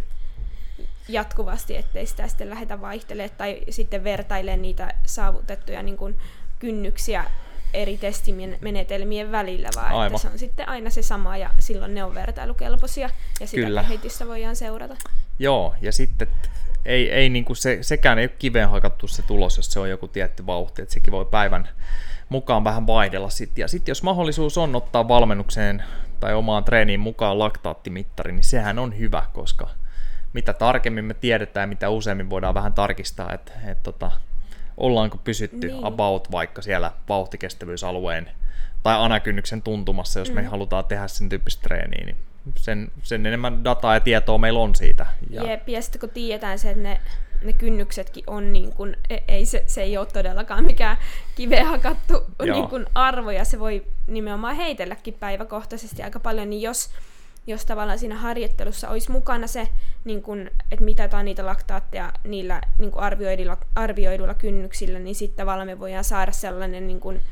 jatkuvasti, ettei sitä sitten lähdetä vaihtelemaan tai sitten vertailemaan niitä saavutettuja niin kuin kynnyksiä eri testimenetelmien välillä, vaan Aivan. että se on sitten aina se sama ja silloin ne on vertailukelpoisia ja sitä Kyllä. kehitystä voidaan seurata.
Joo, ja sitten ei, ei niinku se, sekään ei ole kiveen hakattu se tulos, jos se on joku tietty vauhti, että sekin voi päivän mukaan vähän vaihdella sitten. Ja sitten jos mahdollisuus on ottaa valmennukseen tai omaan treeniin mukaan laktaattimittari, niin sehän on hyvä, koska mitä tarkemmin me tiedetään ja mitä useammin voidaan vähän tarkistaa, että et tota, ollaanko pysytty niin. about vaikka siellä vauhtikestävyysalueen tai anakynnyksen tuntumassa, jos mm. me halutaan tehdä sen tyyppistä treeniä, niin sen, sen enemmän dataa ja tietoa meillä on siitä.
Ja, Jep, ja sitten kun tiedetään se, että ne, ne kynnyksetkin on, niin kun, ei, se, se ei ole todellakaan mikään kiveen hakattu niin kun arvo, ja se voi nimenomaan heitelläkin päiväkohtaisesti aika paljon, niin jos jos tavallaan siinä harjoittelussa olisi mukana se, niin kun, että mitataan niitä laktaatteja niillä niin kun arvioiduilla, arvioiduilla kynnyksillä, niin sitten tavallaan me voidaan saada sellainen niin kun,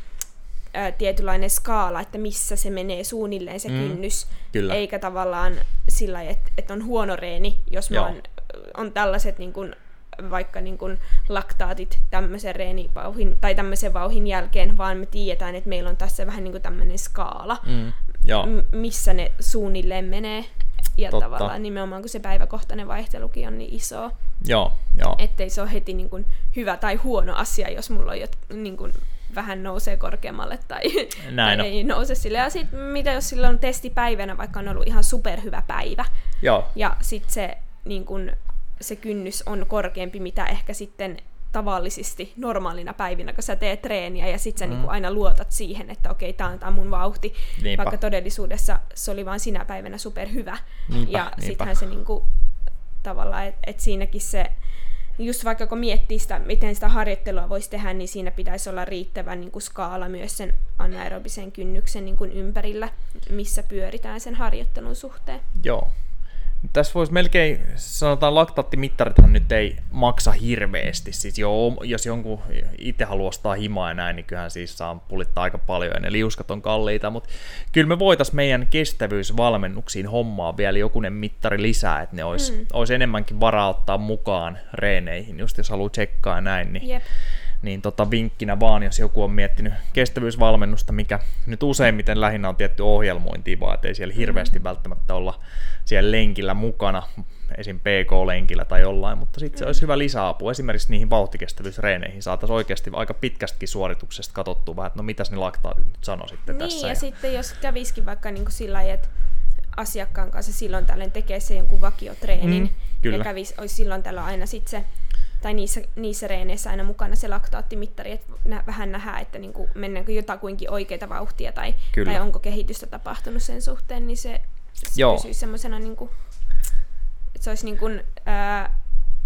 ä, tietynlainen skaala, että missä se menee suunnilleen se mm, kynnys, kyllä. eikä tavallaan sillä lailla, että, että on huono reeni, jos on, on tällaiset niin kun, vaikka niin kun laktaatit tämmöisen reenivauhin tai tämmöisen vauhin jälkeen, vaan me tiedetään, että meillä on tässä vähän niin kuin tämmöinen skaala, mm. M- missä ne suunnilleen menee. Ja Totta. tavallaan nimenomaan, kun se päiväkohtainen vaihtelukin on niin iso.
Joo, joo.
Ettei se ole heti niin kuin hyvä tai huono asia, jos mulla on jot, niin kuin vähän nousee korkeammalle tai, tai ei nouse sille. Ja sitten mitä jos sillä on testipäivänä, vaikka on ollut ihan superhyvä päivä.
Joo.
Ja sitten se, niin kuin, se kynnys on korkeampi, mitä ehkä sitten tavallisesti normaalina päivinä, kun sä teet treeniä ja sit sä mm. niinku aina luotat siihen, että okei, tää on tää mun vauhti, niinpä. Vaikka todellisuudessa se oli vaan sinä päivänä superhyvä.
Niinpä,
ja
niinpä.
Sittenhän se niinku, tavallaan, että et siinäkin se, just vaikka kun miettii sitä, miten sitä harjoittelua voisi tehdä, niin siinä pitäisi olla riittävä niinku skaala myös sen anaerobisen kynnyksen niinku ympärillä, missä pyöritään sen harjoittelun suhteen.
Joo. Tässä voisi melkein, sanotaan laktaattimittarithan nyt ei maksa hirveästi, siis jo, jos jonkun itse haluaa ostaa himaa ja näin, niin kyllähän siis saa pulittaa aika paljon ja ne liuskat on kalliita, mutta kyllä me voitaisiin meidän kestävyysvalmennuksiin hommaa vielä jokunen mittari lisää, että ne olisi, mm. olisi enemmänkin varaa ottaa mukaan reeneihin, just jos haluaa tsekkaa ja näin, niin,
Jep.
niin tota vinkkinä vaan, jos joku on miettinyt kestävyysvalmennusta, mikä nyt useimmiten lähinnä on tietty ohjelmointia vaan, ettei siellä hirveästi mm. välttämättä olla siellä lenkillä mukana, esim. P K-lenkillä tai jollain, mutta sitten se olisi hyvä lisäapu. Esimerkiksi niihin vauhtikestävyysreeneihin saataisiin oikeasti aika pitkästäkin suorituksesta katsottua vähän, että no mitäs ne laktaatit nyt sanoi sitten
niin,
tässä.
Ja, ja sitten jos kävisikin vaikka niin kuin sillä lailla, että asiakkaan kanssa silloin tällöin tekee se jonkun vakiotreenin, mm, ja kävisi, olisi silloin tällöin aina sitten se, tai niissä, niissä reeneissä aina mukana se laktaattimittari, että nä, vähän nähdään, että niin kuin mennäänkö jotakuinkin oikeita vauhtia, tai, tai onko kehitystä tapahtunut sen suhteen, niin se se pysyisi semmoisena niinku, että se olisi niinku ää...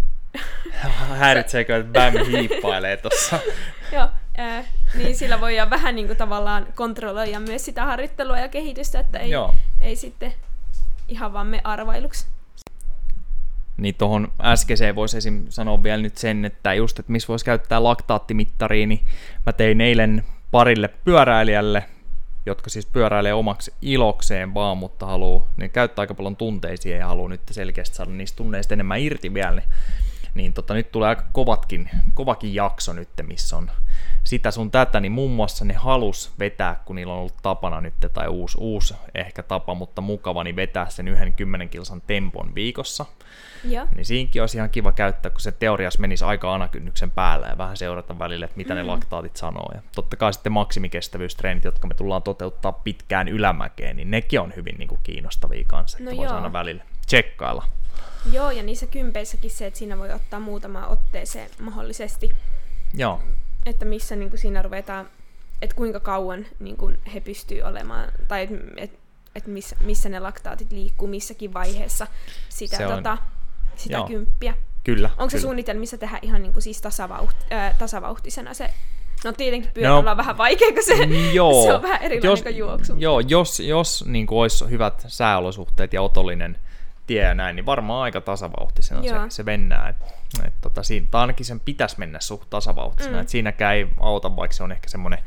häiritseekö, että Bam hiippailee tossa?
Joo, ää, niin sillä voidaan vähän niinku tavallaan kontrolloida myös sitä harjoittelua ja kehitystä, että ei, ei sitten ihan vaan me arvailuksi.
Niin tuohon äskeiseen voisi esim. Sanoa vielä nyt sen, että just, että missä voisi käyttää laktaattimittaria, niin mä tein eilen parille pyöräilijälle, jotka siis pyöräilee omaksi ilokseen vaan, mutta haluaa, ne käyttää aika paljon tunteisiin ja haluaa nyt selkeästi saada niistä tunneista enemmän irti vielä, niin, niin tota, nyt tulee aika kovatkin, kovakin jakso nyt, missä on sitä sun tätä, niin muun muassa ne halus vetää, kun niillä on ollut tapana nyt, tai uusi, uusi ehkä tapa, mutta mukava, niin vetää sen yhden kymmenen kilsan tempon viikossa.
Ja.
Niin siinkin olisi ihan kiva käyttää, kun se teoriassa menisi aika anakynnyksen päälle ja vähän seurata välillä, että mitä mm. ne laktaatit sanoo. Ja totta kai sitten maksimikestävyystreenit, jotka me tullaan toteuttaa pitkään ylämäkeen, niin nekin on hyvin niin kuin kiinnostavia kanssa, että no voisi aina välillä tsekkailla.
Joo, ja niissä kympeissäkin se, että siinä voi ottaa muutamaan otteeseen mahdollisesti.
Joo.
Että missä niin kuin siinä ruvetaan, että kuinka kauan niin kuin he pystyy olemaan, tai että et, et missä, missä ne laktaatit liikkuu missäkin vaiheessa sitä,
on,
tota, sitä
joo,
kymppiä.
Kyllä.
Onko se
kyllä.
suunnitelmissa tehdä ihan niin kuin siis tasavauht, äh, tasavauhtisena se? No tietenkin pyörällä no, on vähän vaikea, kun se,
joo,
se on vähän erilainen
jos,
kuin juoksu.
Joo, jos, jos niin kuin olisi hyvät sääolosuhteet ja otollinen tie ja näin, niin varmaan aika tasavauhtisena se, se vennää. Et, et, tota, siinä, tai ainakin sen pitäisi mennä suht tasavauhtisena. Mm. Et siinäkään ei auta, vaikka se on ehkä semmoinen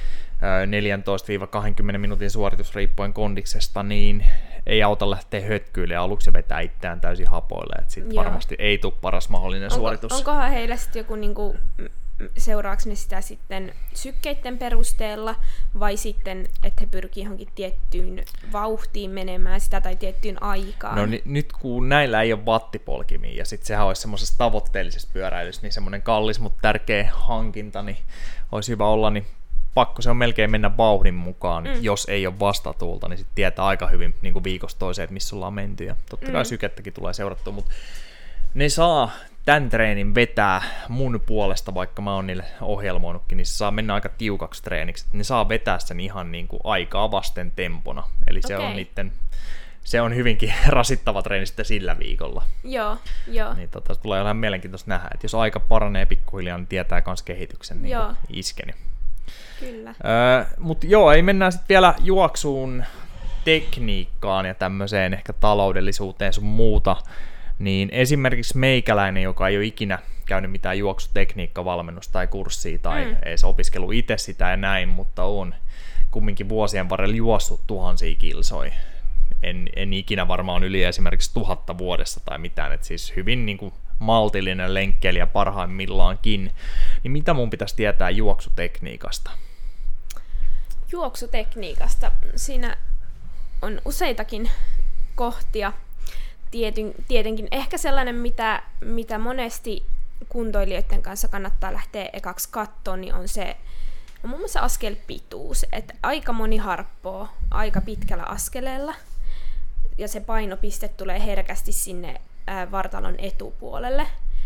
neljätoista kaksikymmentä minuutin suoritus riippuen kondiksesta, niin ei auta lähteä hötkyilemään aluksi ja vetää itseään täysin hapoille. Sitten varmasti ei tule paras mahdollinen Onko, suoritus.
Onkohan heillä sitten joku, niinku, seuraako ne sitä sitten sykkeiden perusteella, vai sitten, että he pyrkii johonkin tiettyyn vauhtiin menemään sitä tai tiettyyn aikaan?
No niin, nyt kun näillä ei ole wattipolkimia, ja sitten sehän olisi semmoisessa tavoitteellisessa pyöräilyssä, niin semmoinen kallis, mutta tärkeä hankinta, niin olisi hyvä olla, niin pakko se on melkein mennä vauhdin mukaan, mm. jos ei ole vastatuulta, niin sitten tietää aika hyvin niin kuin viikosta toiseen, että missä ollaan menty, ja totta kai mm. sykettäkin tulee seurattua, mutta ne saa tämän treenin vetää mun puolesta, vaikka mä oon niille ohjelmoinutkin, niin se saa mennä aika tiukaksi treeniksi, ne saa vetää sen ihan niin kuin aikaa vasten tempona, eli se okay. on niitten, se on hyvinkin rasittava treeni sitten sillä viikolla.
Joo, joo.
Niin tota, tulee ihan mielenkiintoista nähdä, että jos aika paranee pikkuhiljaa, niin tietää myös kehityksen niin iskeni.
Kyllä.
Öö, mutta joo, ei mennään sitten vielä juoksuun, tekniikkaan ja tämmöiseen ehkä taloudellisuuteen sun muuta. Niin esimerkiksi meikäläinen, joka ei ole ikinä käynyt mitään juoksutekniikkavalmennusta tai kurssia tai mm. edes opiskellut itse sitä ja näin, mutta on kumminkin vuosien varrella juossut tuhansia kilsoja. En, en ikinä varmaan yli esimerkiksi tuhatta vuodessa tai mitään, että siis hyvin niin kuin maltillinen lenkkeilijä parhaimmillaankin. Niin mitä mun pitäisi tietää juoksutekniikasta?
Juoksutekniikasta? Siinä on useitakin kohtia. Tietyn, tietenkin ehkä sellainen, mitä, mitä monesti kuntoilijoiden kanssa kannattaa lähteä ekaksi katsoa, niin on se on muun muassa askelpituus. Että aika moni harppoo aika pitkällä askeleella, ja se painopiste tulee herkästi sinne ää, vartalon etupuolelle.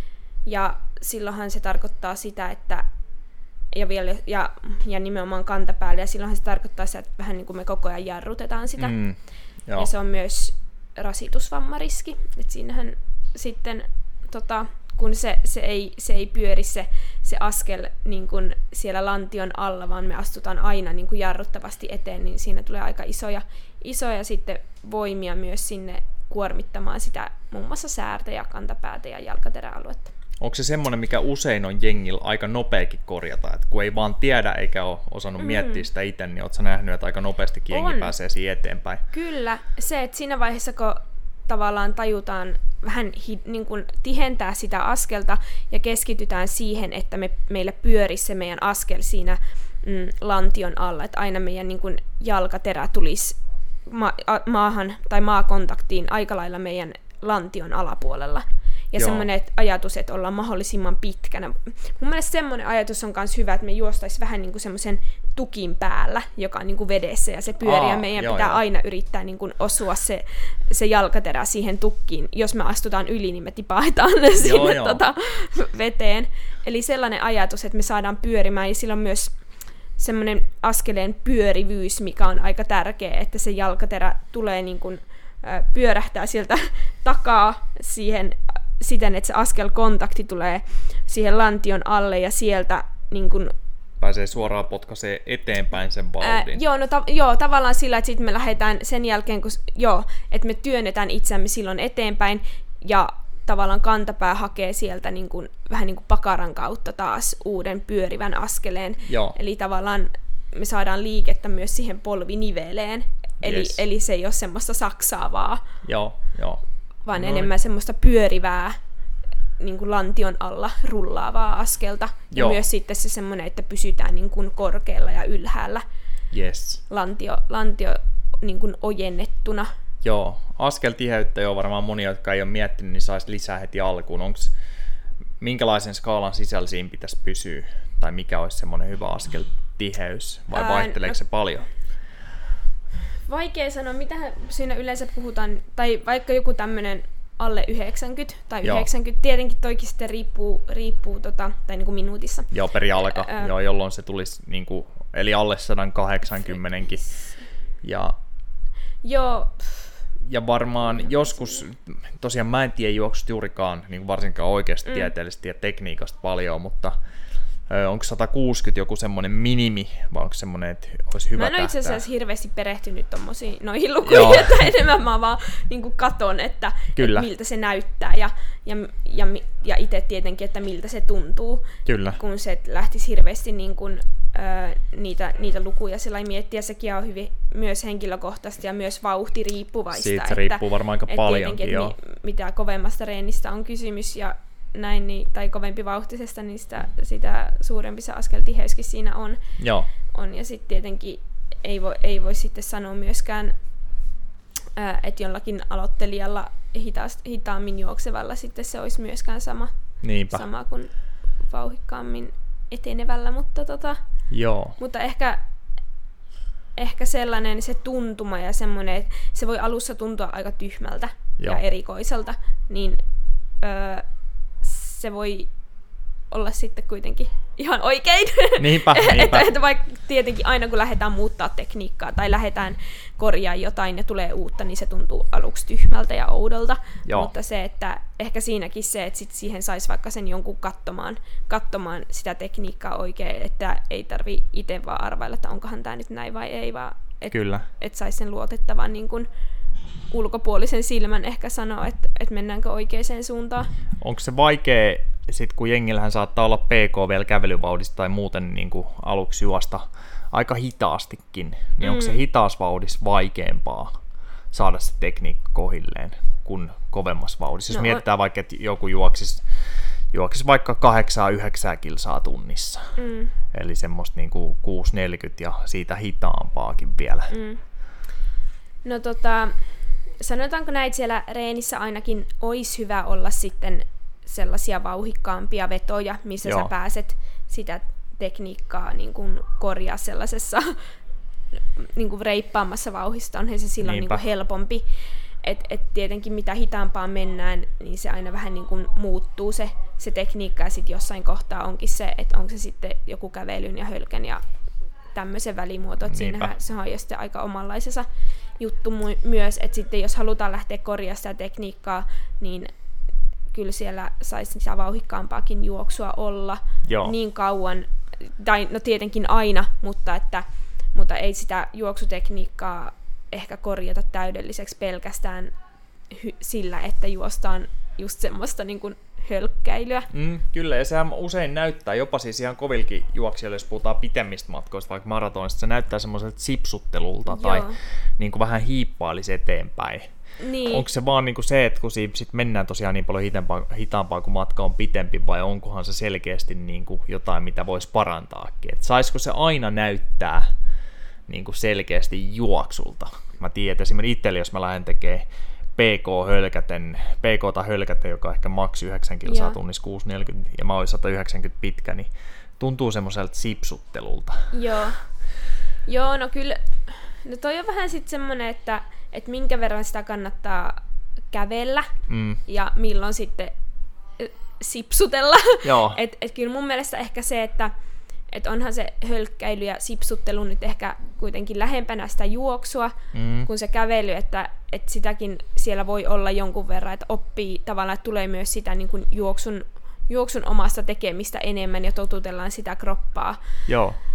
Ja silloinhan se tarkoittaa sitä, että ja, vielä, ja, ja nimenomaan kantapäälle, ja silloinhan se tarkoittaa sitä, että vähän niin kuin me koko ajan jarrutetaan sitä. Mm, ja se on myös rasitusvammariski, että siinähän sitten, tota, kun se, se, ei, se ei pyöri se, se askel niin kun siellä lantion alla, vaan me astutaan aina niin kun jarruttavasti eteen, niin siinä tulee aika isoja, isoja sitten voimia myös sinne kuormittamaan sitä muun muassa säärtä ja kantapäätä ja jalkateräaluetta.
Onko se semmoinen, mikä usein on jengillä aika nopeakin korjata, että kun ei vaan tiedä eikä ole osannut mm. miettiä sitä itse, niin ootko nähnyt, että aika nopeastikin jengi on. Pääsee siihen eteenpäin?
Kyllä, se, että siinä vaiheessa, kun tavallaan tajutaan vähän hi, niin kuin tihentää sitä askelta ja keskitytään siihen, että me, meillä pyörisi se meidän askel siinä mm, lantion alla, että aina meidän niin kuin jalkaterä tulisi ma- a- maahan tai maakontaktiin aika lailla meidän lantion alapuolella. Ja Joo. semmoinen ajatus, että ollaan mahdollisimman pitkänä. Mun mielestä semmoinen ajatus on myös hyvä, että me juostaisiin vähän niin kuin semmoisen tukin päällä, joka on niin kuin vedessä ja se pyörii. Ja meidän jo, pitää jo. aina yrittää niin kuin osua se, se jalkaterä siihen tukkiin. Jos me astutaan yli, niin me tipahdetaan sinne jo, tota, veteen. Eli sellainen ajatus, että me saadaan pyörimään. Ja silloin myös semmoinen askeleen pyörivyys, mikä on aika tärkeä, että se jalkaterä tulee niin kuin, äh, pyörähtää sieltä takaa siihen siten, että se askelkontakti tulee siihen lantion alle ja sieltä niin kun,
pääsee suoraan potkaisee eteenpäin sen vauhdin. Ää,
joo, no ta- joo, tavallaan sillä, että sitten me lähdetään sen jälkeen, kun joo, että me työnnetään itseämme silloin eteenpäin ja tavallaan kantapää hakee sieltä niin kuin, vähän niin kuin pakaran kautta taas uuden pyörivän askeleen.
Joo.
Eli tavallaan me saadaan liikettä myös siihen polviniveleen. Eli,
Yes.
eli se ei ole semmoista saksaavaa,
Joo, joo.
vaan
Noin.
enemmän semmoista pyörivää niin kuin lantion alla rullaavaa askelta. Ja
Joo.
myös sitten se semmoinen, että pysytään niin kuin korkealla ja ylhäällä
Yes.
lantio, lantio niin kuin ojennettuna.
Joo, askeltiheyttä jo varmaan moni, jotka ei ole miettinyt, niin saisi lisää heti alkuun. Onks, minkälaisen skaalan sisällä siinä pitäisi pysyä? Tai mikä olisi semmoinen hyvä askeltiheys? Vai
Ää,
vaihteleeko
no-
se paljon?
Vaikea sanoa, mitä siinä yleensä puhutaan, tai vaikka joku tämmöinen alle yhdeksänkymmentä tai
Joo.
yhdeksänkymmentä, tietenkin toikin sitten riippuu, riippuu tota, tai niin kuin minuutissa.
Joo, per jalka,
Ää,
joo, jolloin se tulisi, niin kuin, eli alle sata kahdeksankymmentä. Ja,
Joo,
ja varmaan joskus, tosiaan mä en tiedä juoksusta juurikaan, niin kuin varsinkaan oikeasta
Mm.
tieteellisesti ja tekniikasta paljon, mutta ö, onko sata kuusikymmentä joku semmoinen minimi, vai onko semmoinen, että olisi hyvä
mä en ole itse
tähtää?
asiassa hirveästi perehtynyt tommosiin, noihin
Joo.
lukuihin, että enemmän mä vaan niin kuin katon, että,
Kyllä.
että miltä se näyttää ja, ja, ja, ja itse tietenkin, että miltä se tuntuu,
Kyllä.
kun se lähtisi hirveästi niin kuin, ö, niitä, niitä lukuja sillä miettiä. Sekin on hyvin myös henkilökohtaisesti ja myös vauhtiriippuvaista.
Siitä se riippuu varmaan aika
että
paljonkin,
tietenkin,
joo.
että mi, mitä kovemmasta reenistä on kysymys ja näin, niin, tai kovempi vauhtisesta, niin sitä, sitä suurempi se askeltiheyskin siinä on.
Joo,
on. Ja sitten tietenkin ei voi, ei voi sitten sanoa myöskään, ää, että jollakin aloittelijalla hitaast, hitaammin juoksevalla sitten se olisi myöskään sama,
niinpä.
sama kuin vauhikkaammin etenevällä, mutta, tota,
Joo,
mutta ehkä, ehkä sellainen se tuntuma ja semmoinen, että se voi alussa tuntua aika tyhmältä
Joo.
ja erikoiselta, niin öö, se voi olla sitten kuitenkin ihan oikein.
niinpä,
että,
niinpä.
että vaikka tietenkin aina kun lähdetään muuttaa tekniikkaa tai lähdetään korjaa jotain ja tulee uutta, niin se tuntuu aluksi tyhmältä ja oudolta.
Joo.
Mutta se, että ehkä siinäkin se, että sit siihen saisi vaikka sen jonkun katsomaan, katsomaan sitä tekniikkaa oikein, että ei tarvi itse vaan arvailla, että onkohan tämä nyt näin vai ei, vaan että
Kyllä.
et saisi sen luotettavan niin kun ulkopuolisen silmän ehkä sanoa, että et mennäänkö oikeaan suuntaan.
Onko se vaikea, sit kun jengillähän saattaa olla P K vielä kävelyvauhdista tai muuten niin kuin aluksi juosta aika hitaastikin, niin mm. onko se hitaasvauhdissa vaikeampaa saada se tekniikka kohilleen kuin kovemmassa vauhdissa? Jos
No,
mietitään vaikka, että joku juoksisi, juoksisi vaikka kahdeksan yhdeksän kilsaa tunnissa,
Mm,
eli semmoista niin kuin kuusi neljäkymmentä ja siitä hitaampaakin vielä.
mm. No tota, sanotaanko näin, että siellä reenissä ainakin olisi hyvä olla sitten sellaisia vauhikkaampia vetoja, missä
Joo.
sä pääset sitä tekniikkaa niin kuin korjaa sellaisessa niin kuin reippaammassa vauhissa, onhan se silloin niin
Niinpä.
kuin helpompi. Et, et tietenkin mitä hitaampaan mennään, niin se aina vähän niin kuin muuttuu se, se tekniikka, ja sitten jossain kohtaa onkin se, että onko se sitten joku kävelyn ja hölkän ja tämmöisen välimuoto, että
Niinpä.
siinähän se on jo sitten aika omanlaisensa juttu mu- myös, että sitten jos halutaan lähteä korjaamaan sitä tekniikkaa, niin kyllä siellä saisi sitä vauhikkaampaakin juoksua olla
Joo.
niin kauan, tai no tietenkin aina, mutta, että, mutta ei sitä juoksutekniikkaa ehkä korjata täydelliseksi pelkästään hy- sillä, että juostaan just semmoista niin kuin hölkkäilyä.
Mm, kyllä, ja sehän usein näyttää, jopa siis ihan kovilkin juoksijoille, jos puhutaan pitemmistä matkoista, vaikka maratonista, se näyttää semmoiselta sipsuttelulta
Joo.
tai niin kuin vähän hiippailisi eteenpäin.
Niin.
Onko se vaan niin kuin se, että kun siinä sit mennään tosiaan niin paljon hitaampaa, hitaampaa, kun matka on pitempi, vai onkohan se selkeästi niin kuin jotain, mitä voisi parantaakin? Et saisiko se aina näyttää niin kuin selkeästi juoksulta? Mä tiedän, että esimerkiksi itselle, jos mä lähden tekemään P K-hölkäten, P K-hölkäten, joka on ehkä maks yhdeksän kilsaa
Joo.
tunnissa kuusi neljäkymmentä, ja mä oon sata yhdeksänkymmentä pitkä, niin tuntuu semmoiselta sipsuttelulta.
Joo. Joo, no kyllä, no toi on vähän sitten semmoinen, että, että minkä verran sitä kannattaa kävellä
Mm,
ja milloin sitten ö, sipsutella.
joo,
Et, et kyllä mun mielestä ehkä se, että et onhan se hölkkäily ja sipsuttelu nyt ehkä kuitenkin lähempänä sitä juoksua
mm,
kuin se kävely, että et sitäkin siellä voi olla jonkun verran, että oppii tavallaan, että tulee myös sitä niin kuin juoksun, juoksun omasta tekemistä enemmän ja totutellaan sitä kroppaa
joo,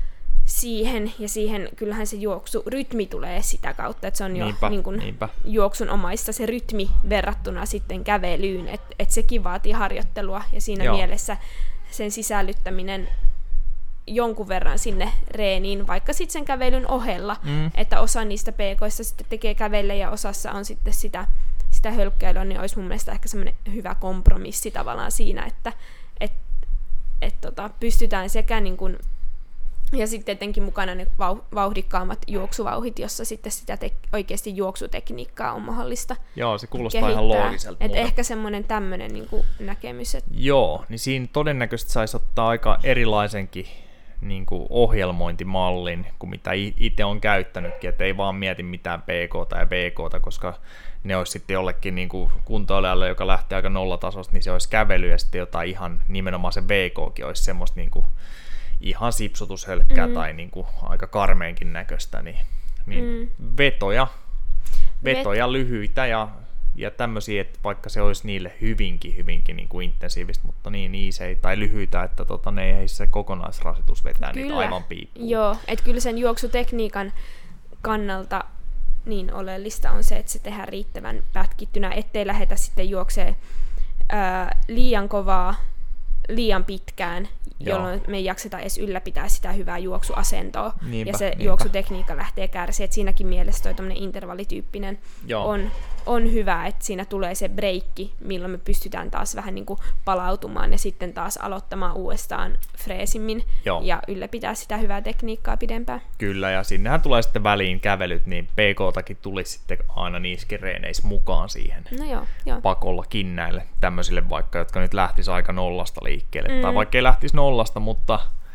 siihen, ja siihen kyllähän se juoksurytmi tulee sitä kautta, että se on jo
niinpä,
niin kun,
niinpä.
juoksunomaista se rytmi verrattuna sitten kävelyyn, että et sekin vaatii harjoittelua, ja siinä
Joo.
mielessä sen sisällyttäminen jonkun verran sinne reeniin, vaikka sitten sen kävelyn ohella, mm. että osa niistä peekoista sitten tekee kävelle ja osassa on sitten sitä, sitä hölkkäilyä, niin olisi mun mielestä ehkä semmoinen hyvä kompromissi tavallaan siinä, että et, et tota, pystytään sekä niin kuin, ja sitten etenkin mukana ne vauhdikkaammat juoksuvauhit, jossa sitten sitä te- oikeasti juoksutekniikkaa on mahdollista
Joo, se kuulostaa
kehittää.
ihan loogiselta.
Et ehkä semmoinen tämmöinen niin kuin näkemys. Että
Joo, niin siinä todennäköisesti saisi ottaa aika erilaisenkin niin kuin ohjelmointimallin kuin mitä itse on käyttänytkin, että ei vaan mieti mitään P K:ta ja V K:ta, koska ne olisi sitten jollekin niin kuin kuntoilijalle, joka lähtee aika nollatasosta, niin se olisi kävely ja sitten jotain ihan nimenomaan se V K:kin olisi semmoista niin kuin ihan sipsutushölkkää mm. tai niin kuin aika karmeenkin näköistä, niin, niin mm. vetoja, vetoja Vet- lyhyitä ja, ja tämmöisiä, että vaikka se olisi niille hyvinkin, hyvinkin niin kuin intensiivistä, mutta niin easy tai lyhyitä, että tota, ne ei se kokonaisrasitus vetää kyllä. Niitä aivan piippuun.
Joo, että kyllä sen juoksutekniikan kannalta niin oleellista on se, että se tehdään riittävän pätkittynä, ettei lähdetä sitten juokseen ää, liian kovaa, liian pitkään, Joo. jolloin me ei jakseta edes ylläpitää sitä hyvää juoksuasentoa, niinpä, ja se niinpä. juoksutekniikka lähtee kärsiä, että siinäkin mielessä toi tommonen intervallityyppinen on, on hyvä, että siinä tulee se breikki, milloin me pystytään taas vähän niin kuin palautumaan ja sitten taas aloittamaan uudestaan freesimmin Joo. ja ylläpitää sitä hyvää tekniikkaa pidempään.
Kyllä, ja sinnehän tulee sitten väliin kävelyt, niin P K:takin tulisi sitten aina niissäkin reeneissä mukaan siihen
no joo, joo.
pakollakin näille tämmöisille vaikka, jotka nyt lähtisi aika nollasta liikkeelle, mm. tai vaikka ei lähtisi nollasta, mutta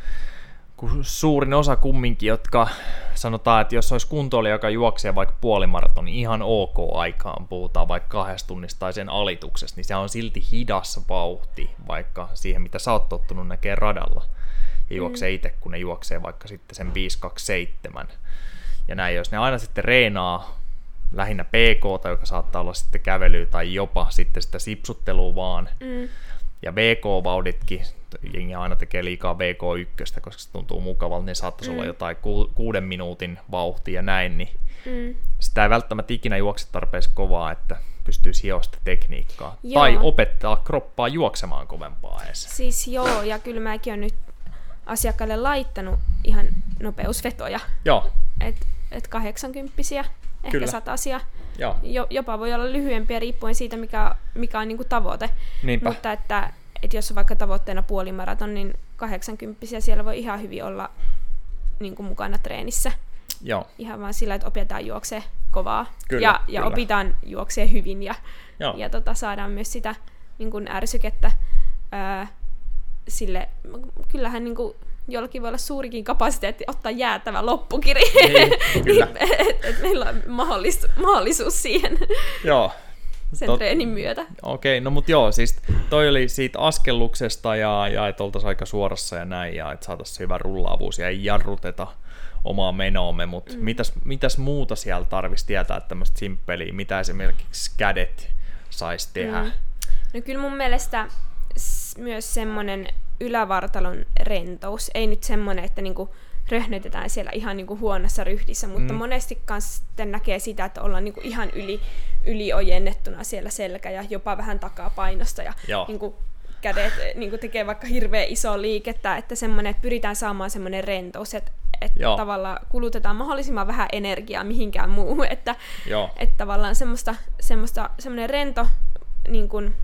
kun suurin osa kumminkin, jotka sanotaan, että jos olisi kuntoilija, joka juoksee vaikka puolimaraton, niin ihan ok aikaan, puhutaan vaikka kahdesta tunnista tai sen alituksesta, niin se on silti hidas vauhti, vaikka siihen, mitä sä oot tottunut näkee radalla. Ja juoksee mm. itse, kun ne juoksee vaikka sitten sen viisi kaksi seitsemän. Ja näin, jos ne aina sitten reenaa lähinnä P K:ta, joka saattaa olla sitten kävelyä tai jopa sitten sitä sipsuttelua vaan, mm. ja V K-vauhditkin, jengi aina tekee liikaa V K yksi, koska se tuntuu mukavalta, niin saattaisi mm. olla jotain ku, kuuden minuutin vauhtia ja näin, niin mm. sitä ei välttämättä ikinä juokse tarpeeksi kovaa, että pystyy hiosta tekniikkaa. Joo. Tai opettaa kroppaa juoksemaan kovempaa edes.
Siis joo, ja kyllä mäkin olen nyt asiakkaalle laittanut ihan nopeusvetoja.
Joo.
Et, et kahdeksankymppisiä, ehkä kyllä. satasia.
Joo.
Jo, jopa voi olla lyhyempiä riippuen siitä, mikä, mikä on niinku tavoite.
Niinpä.
Mutta että et jos on vaikka tavoitteena puolimaraton, niin kahdeksankymppisiä siellä voi ihan hyvin olla niinku mukana treenissä.
Joo.
Ihan vaan sillä, että opetaan juoksee kovaa
kyllä,
ja, ja
kyllä.
opitaan juoksee hyvin ja, ja tota, saadaan myös sitä niin kuin ärsykettä ää, sille, kyllähän niin kuin, jollakin voi olla suurikin kapasiteetti ottaa jäätävä loppukiri,
niin, kyllä.
että et meillä on mahdollisuus, mahdollisuus siihen
joo.
sen
Tot...
treenin myötä.
Okei, no mut joo, siis toi oli siitä askelluksesta ja, ja että oltaisiin aika suorassa ja näin ja että saataisiin hyvä rullaavuus ja ei jarruteta omaa menoomme, mutta mm. mitäs, mitäs muuta siellä tarvitsisi tietää tämmöistä simppeliä, mitä esimerkiksi kädet saisi tehdä? Mm.
No kyllä mun mielestä s- myös semmoinen ylävartalon rentous, ei nyt semmoinen, että niinku röhnötetään siellä ihan niinku huonossa ryhdissä, mutta mm. monesti kanssa sitten näkee sitä, että ollaan niinku ihan yli, yliojennettuna siellä selkä ja jopa vähän takapainosta ja niinku kädet niinku tekee vaikka hirveän isoa liikettä, että semmoinen, että pyritään saamaan semmoinen rentous, että että tavallaan kulutetaan mahdollisimman vähän energiaa mihinkään muuhun, että, että tavallaan semmoista, semmoista, semmoinen rento niin kuin,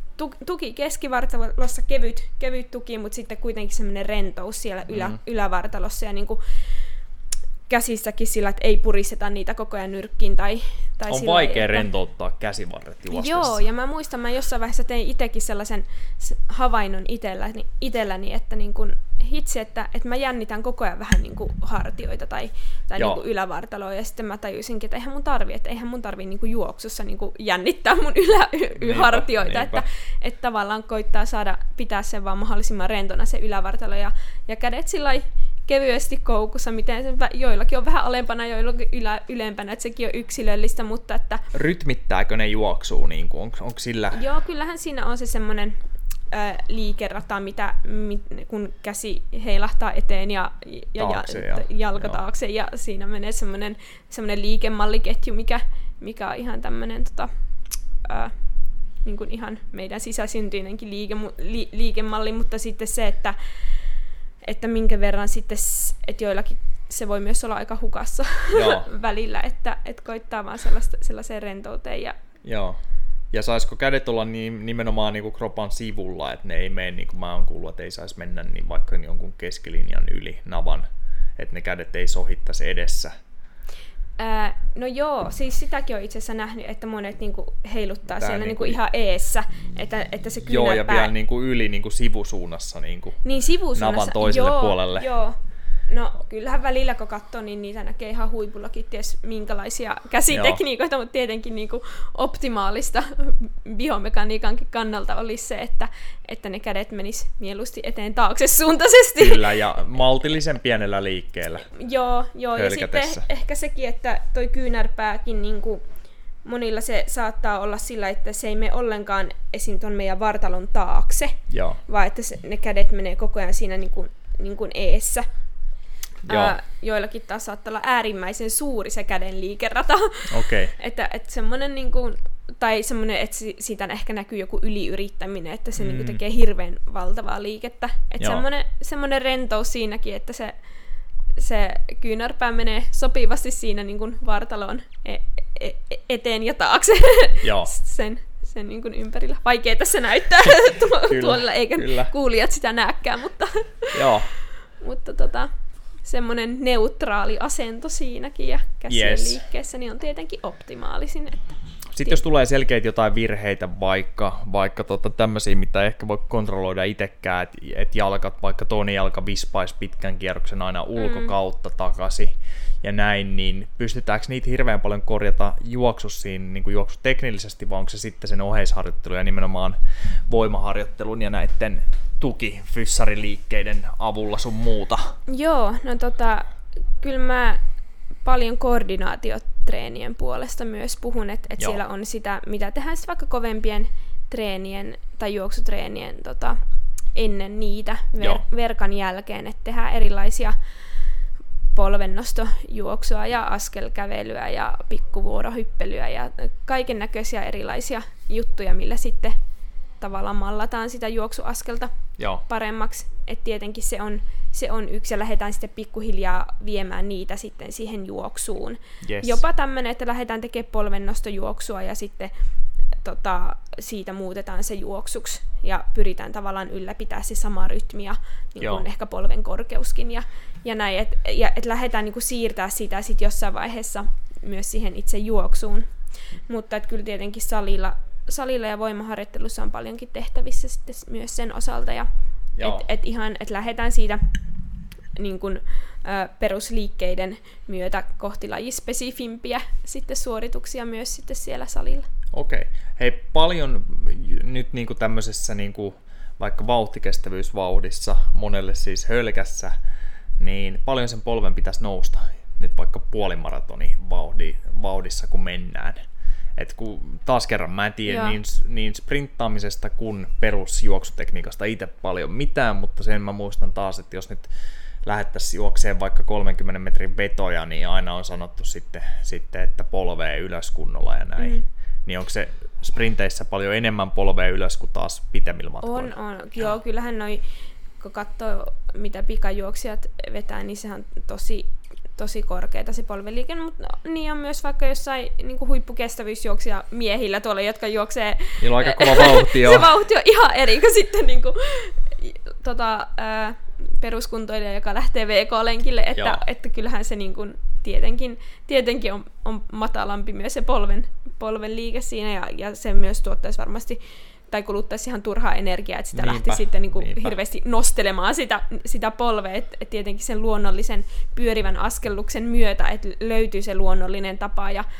tuki keskivartalossa, kevyt, kevyt tuki, mutta sitten kuitenkin semmoinen rentous siellä ylä, mm. ylävartalossa ja niin kuin käsissäkin sillä, että ei puristeta niitä koko ajan nyrkkiin. Tai, tai
on
sillä,
vaikea
että
rentouttaa käsivarret juostessa.
Joo, ja mä muistan, mä jossain vaiheessa tein itsekin sellaisen havainnon itselläni, itselläni että niin kun, hitsi, että, että mä jännitän koko ajan vähän niin kuin hartioita tai, tai niin kuin ylävartaloa, ja sitten mä tajusinkin, että eihän mun tarvi, että eihän mun tarvi niin kuin juoksussa niin kuin jännittää mun ylä, y, hartioita, että, että tavallaan koittaa saada pitää sen vaan mahdollisimman rentona se ylävartalo, ja, ja kädet sillai kevyesti koukussa, miten se joillakin on vähän alempana, joillakin ylä, ylempänä, että sekin on yksilöllistä, mutta että...
Rytmittääkö ne juoksuu, niin kuin, onko, onko sillä...
Joo, kyllähän siinä on se semmoinen ää, liikerata, mitä, mit, kun käsi heilahtaa eteen ja, ja,
taakse,
ja,
ja
jalka
joo.
taakse, ja siinä menee semmoinen, semmoinen liikemalliketju, mikä, mikä on ihan tämmöinen tota, ää, niin kuin ihan meidän sisäsyntyinenkin liike, li, liikemalli, mutta sitten se, että, että minkä verran sitten, että joillakin se voi myös olla aika hukassa välillä, että, että koittaa vaan sellaiseen rentouteen. Ja
joo. Ja saisiko kädet olla niin, nimenomaan niin kuin kropan sivulla, että ne ei mene, niin kuin mä oon kuullut, että ei saisi mennä niin vaikka jonkun keskilinjan yli navan, että ne kädet ei sohittaisi edessä?
Ää, no joo, siis sitäkin on itse asiassa nähnyt, että monet niinku heiluttaa Tää siellä niinku
niinku
ihan eessä, että, että se kyynärpää...
Joo, ja vielä niinku yli niinku sivusuunnassa niinku
niin, sivusuunnassa.
navan toiselle
joo,
puolelle.
Joo, no kyllähän välillä kun katsoo, niin niitä näkee ihan huipullakin ties minkälaisia käsitekniikoita, joo. Mutta tietenkin niinku optimaalista biomekaniikankin kannalta olisi se, että, että ne kädet menis mieluusti eteen taakse suuntaisesti.
Kyllä, ja maltillisen pienellä liikkeellä.
Joo, joo. Ja sitten ehkä sekin, että toi kyynärpääkin niinku, monilla se saattaa olla sillä, että se ei mene ollenkaan esim. Tuon meidän vartalon taakse,
joo.
vaan että se, ne kädet menee koko ajan siinä niinku, niinku eessä. Ää, joillakin taas saattaa olla äärimmäisen suuri se käden liikerata.
Okay.
että että semmoinen niinku, tai semmoinen, että siitä ehkä näkyy joku yliyrittäminen, että se mm. niinku tekee hirveän valtavaa liikettä. Että semmoinen, semmoinen rentous siinäkin, että se, se kyynärpää menee sopivasti siinä niinku vartalon e- e- eteen ja taakse sen, sen niinku ympärillä. Vaikea tässä näyttää tuolla, eikä kyllä. Kuulijat sitä näkään, mutta,
Joo.
mutta tota, semmoinen neutraali asento siinäkin ja käsien
yes.
liikkeessä niin on tietenkin optimaalisin. Että
sitten jos tulee selkeitä jotain virheitä, vaikka, vaikka tota tämmöisiä, mitä ehkä voi kontrolloida itsekään, että et jalkat, vaikka toinen jalka vispaisi pitkän kierroksen aina ulkokautta mm. takaisin ja näin, niin pystytäänkö niitä hirveän paljon korjata juoksussa siinä, niin kuin juoksuteknillisesti, vai onko se sitten sen oheisharjoittelu ja nimenomaan voimaharjoittelun ja näiden tukifyssariliikkeiden avulla sun muuta? Joo,
no tota, kyllä mä paljon koordinaatiotreenien puolesta myös puhun, että et siellä on sitä, mitä tehdään sitten vaikka kovempien treenien tai juoksutreenien tota, ennen niitä ver- verkan jälkeen, että tehdään erilaisia polvennostojuoksua ja askelkävelyä ja pikkuvuorohyppelyä ja kaiken näköisiä erilaisia juttuja, millä sitten tavallaan mallataan sitä juoksuaskelta
Joo.
paremmaksi. Et tietenkin se on, se on yksi, ja lähdetään sitten pikkuhiljaa viemään niitä sitten siihen juoksuun.
Yes.
Jopa tämmöinen, että lähdetään tekemään polvennostojuoksua ja sitten tota, siitä muutetaan se juoksuksi ja pyritään tavallaan ylläpitää se sama rytmi ja niin kuin ehkä polven korkeuskin ja, ja näin. Et, ja, et lähdetään niin kuin siirtää sitä sitten jossain vaiheessa myös siihen itse juoksuun. Mutta et kyllä tietenkin salilla salilla ja voimaharjoittelussa on paljonkin tehtävissä sitten myös sen osalta. Ja et, et ihan, et lähdetään siitä niin kun, ö, perusliikkeiden myötä kohti lajispesifimpiä sitten suorituksia myös sitten siellä salilla.
Okei. Hei, paljon nyt niin kuin tämmöisessä niin kuin vaikka vauhtikestävyysvauhdissa, monelle siis hölkässä, niin paljon sen polven pitäisi nousta nyt vaikka puolimaratoni vauhdi, vauhdissa, kun mennään. Et kun taas kerran mä en tiedä niin, niin sprinttaamisesta kuin perusjuoksutekniikasta itse paljon mitään, mutta sen mä muistan taas, että jos nyt lähdettäisiin juokseen vaikka kolmenkymmenen metrin vetoja, niin aina on sanottu sitten, sitten että polvea ylös kunnolla ja näin. Mm. Niin onko se sprinteissä paljon enemmän polvea ylös kuin taas pitemmillä matkoilla?
On, on. Joo, kyllähän noi, kun katsoo mitä pikajuoksijat vetää, niin sehän on tosi tosi korkeata se polveliike, mutta no, niin on myös vaikka jossain niin kuin huippukestävyysjuoksija miehillä tuolla, jotka juoksee...
Niillä on aika kova vauhti jo.
Se vauhti on ihan eri kuin sitten niin kuin, tota, ää, peruskuntoilija, joka lähtee V K-lenkille, että, että kyllähän se niin kuin, tietenkin, tietenkin on, on matalampi myös se polven, polven liike siinä, ja, ja se myös tuottaisi varmasti tai kuluttaisi ihan turhaa energiaa, että sitä niinpä, lähti sitten niin kuin hirveästi nostelemaan sitä, sitä polvea, että et tietenkin sen luonnollisen pyörivän askelluksen myötä, että löytyy se luonnollinen tapa, ja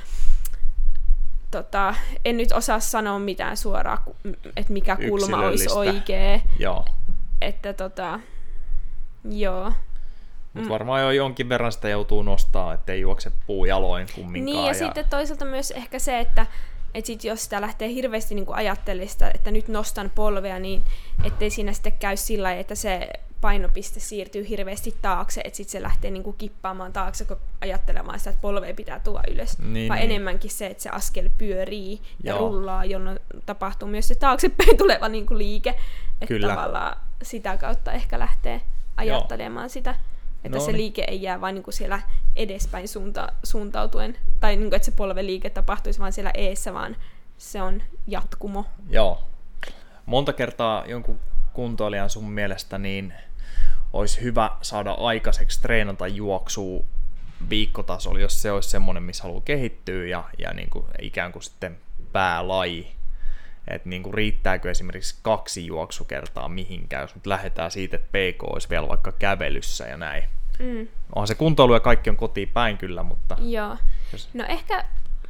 tota, en nyt osaa sanoa mitään suoraan, että mikä kulma olisi oikea,
joo.
että tota, joo.
Mutta varmaan jo jonkin verran sitä joutuu nostaa, ettei juokse puujaloin kumminkaan.
Niin, ja, ja
sitten
toisaalta myös ehkä se, että että sit jos sitä lähtee hirveästi niin ajattelemaan sitä, että nyt nostan polvea, niin ettei siinä sitten käy sillä lailla, että se painopiste siirtyy hirveästi taakse, että sitten se lähtee niin kuin kippaamaan taakse, kun ajattelemaan sitä, että polvea pitää tuoda ylös.
Niin,
vaan
niin.
enemmänkin se, että se askel pyörii ja
Joo.
rullaa, jolloin tapahtuu myös se taaksepäin tuleva niin kuin liike. Että
Kyllä.
tavallaan sitä kautta ehkä lähtee ajattelemaan Joo. sitä, että
no
se
niin.
liike ei jää vain niin kuin siellä edespäin suunta, suuntautuen, tai niin kuin, että se polveliike tapahtuisi vain siellä eessä, vaan se on jatkumo.
Joo. Monta kertaa jonkun kuntoilijan sun mielestä niin olisi hyvä saada aikaiseksi treenata juoksua viikkotasolla, jos se olisi semmoinen, missä haluaa kehittyä ja, ja niin kuin ikään kuin sitten päälaji. Että niin kuin riittääkö esimerkiksi kaksi juoksukertaa mihinkään, jos nyt lähdetään siitä, että P K olisi vielä vaikka kävelyssä ja näin.
Mm.
Onhan se kuntoilu ja kaikki on kotiin päin kyllä, mutta...
Joo.
Jos...
No ehkä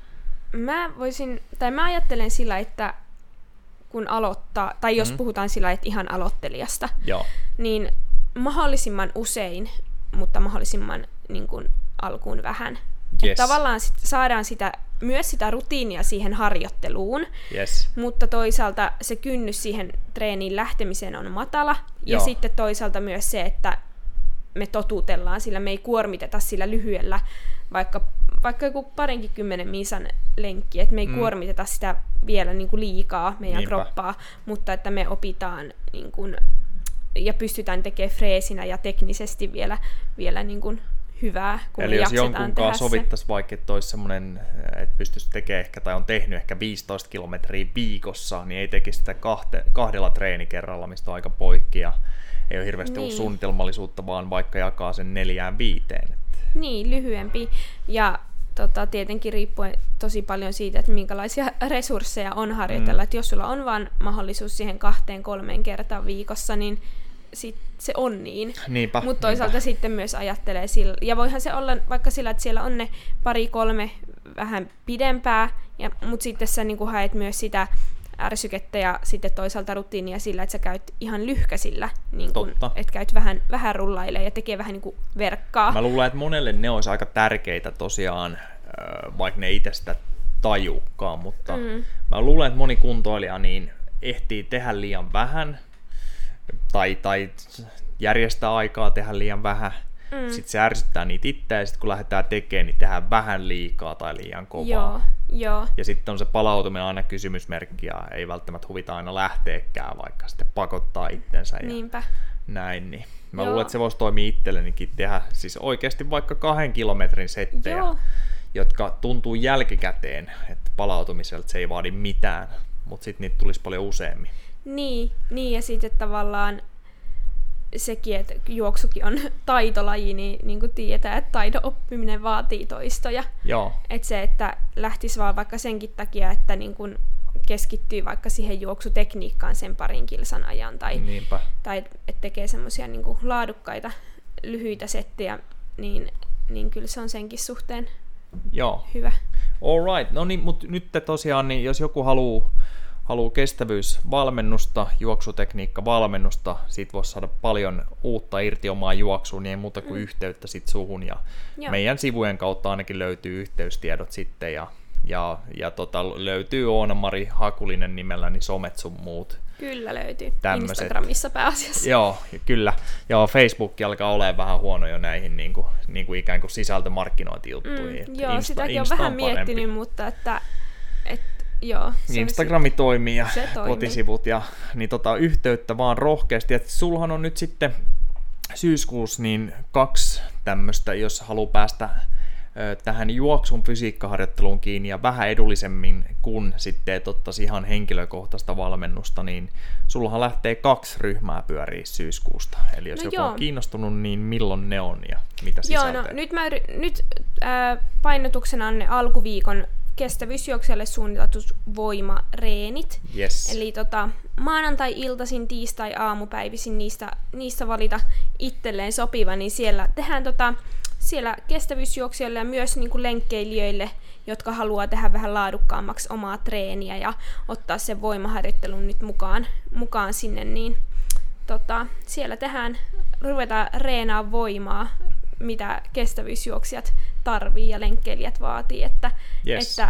mä voisin, tai mä ajattelen sillä, että kun aloittaa, tai jos mm-hmm. puhutaan sillä, että ihan aloittelijasta,
Joo.
niin mahdollisimman usein, mutta mahdollisimman niin kuin alkuun vähän.
Yes.
Että tavallaan sit saadaan sitä, myös sitä rutiinia siihen harjoitteluun,
Yes.
mutta toisaalta se kynnys siihen treeniin lähtemiseen on matala, ja
Joo.
sitten toisaalta myös se, että me totutellaan sillä, me ei kuormiteta sillä lyhyellä, vaikka, vaikka joku parinkin kymmenen misan lenkki, että me ei mm. kuormiteta sitä vielä niin kuin liikaa meidän
Niinpä.
kroppaa, mutta että me opitaan niin kuin, ja pystytään tekemään freesinä ja teknisesti vielä, vielä niin kuin hyvää, kun
Eli
me
jos
jaksetaan
jonkunkaan
tehdä
sovittaisi vaikka, että olisi semmoinen, että pystyisi tekemään ehkä, tai on tehnyt ehkä viisitoista kilometriä viikossa, niin ei tekisi sitä kahte, kahdella treenikerralla, mistä on aika poikki, ja ei ole hirveästi
niin.
ollut suunnitelmallisuutta, vaan vaikka jakaa sen neljään viiteen.
Niin, lyhyempi. Ja tota, tietenkin riippuen tosi paljon siitä, että minkälaisia resursseja on harjoitella. Mm. Että jos sulla on vaan mahdollisuus siihen kahteen, kolmeen kertaan viikossa, niin sit se on niin.
Niinpä.
Mutta toisaalta niinpä. Sitten myös ajattelee sillä, ja voihan se olla vaikka sillä, että siellä on ne pari, kolme vähän pidempää, ja, mutta sitten sä niin kuin haet myös sitä ärsykettä ja sitten toisaalta rutiinia sillä, että sä käyt ihan lyhkäisillä, niin kun, että käyt vähän, vähän rullailemaan ja tekee vähän niin kuin verkkaa.
Mä luulen, että monelle ne olisi aika tärkeitä tosiaan, vaikka ne itse sitä tajuukaan, mutta mm. mä luulen, että moni kuntoilija niin ehtii tehdä liian vähän tai, tai järjestää aikaa tehdä liian vähän. Mm. Sitten se ärsyttää niitä itseä, ja sitten kun lähdetään tekemään, niin tehdään vähän liikaa tai liian kovaa.
Joo, joo.
Ja sitten on se palautuminen aina kysymysmerkki, ja ei välttämättä huvita aina lähteekään, vaikka sitten pakottaa itsensä ja
Niinpä.
näin. Niin. Mä
Joo.
luulen, että se voisi toimia itsellenikin tehdä siis oikeasti vaikka kahden kilometrin settejä,
Joo.
jotka tuntuu jälkikäteen, että palautumiselta se ei vaadi mitään, mutta sitten niitä tulisi paljon useammin.
Niin, niin ja sitten tavallaan sekin, että juoksukin on taitolaji, niin, niin kuin tiedetään, että taidon oppiminen vaatii toistoja.
Joo.
Että se, että lähtisi vaan vaikka senkin takia, että niin kuin keskittyy vaikka siihen juoksutekniikkaan sen parin kilsan ajan, tai,
Niinpä.
tai että tekee semmoisia niin kuin laadukkaita, lyhyitä settejä, niin, niin kyllä se on senkin suhteen
Joo.
hyvä.
All right. No niin, mutta nyt tosiaan, niin jos joku haluaa haluaa kestävyysvalmennusta, juoksutekniikkavalmennusta, siitä voisi saada paljon uutta irti omaan juoksuun, niin ei muuta kuin mm. yhteyttä sit suhun. Ja meidän sivujen kautta ainakin löytyy yhteystiedot sitten, ja, ja, ja tota, löytyy Oona-Mari Hakulinen nimellä, niin somet sun muut.
Kyllä löytyy.
Tämmöset.
Instagramissa pääasiassa.
Joo, kyllä. Joo, Facebook alkaa olemaan vähän huono jo näihin niin kuin, niin kuin ikään kuin sisältömarkkinointijuttuihin.
Mm, joo,
Insta,
sitäkin
Insta
on vähän
on miettinyt,
miettinyt, mutta että... Et, Joo,
Instagrami toimii ja
toimii.
kotisivut ja niin tota, yhteyttä vaan rohkeasti. Et sulhan on nyt sitten syyskuussa niin kaksi tämmöistä, jos haluaa päästä ö, tähän juoksun fysiikkaharjoitteluun kiinni ja vähän edullisemmin kuin sitten ottaisi ihan henkilökohtaista valmennusta, niin sullahan lähtee kaksi ryhmää pyöriä syyskuusta. Eli jos no joku joo. on kiinnostunut, niin milloin ne on ja mitä sisältöä?
Joo, no nyt, mä, nyt äh, painotuksena on ne alkuviikon kestävyysjuoksijalle suunniteltut voimareenit.
Yes.
Eli tota, maanantai-iltaisin, tiistai-aamupäivisin niistä, niistä valita itselleen sopiva, niin siellä tehdään tota, siellä kestävyysjuoksijoille ja myös niinku lenkkeilijöille, jotka haluaa tehdä vähän laadukkaammaksi omaa treeniä ja ottaa sen voimaharjoittelun nyt mukaan, mukaan sinne, niin tota, siellä tehdään, ruvetaan reenaa voimaa, mitä kestävyysjuoksijat tarvii ja lenkkeilijät vaatii, että,
yes.
että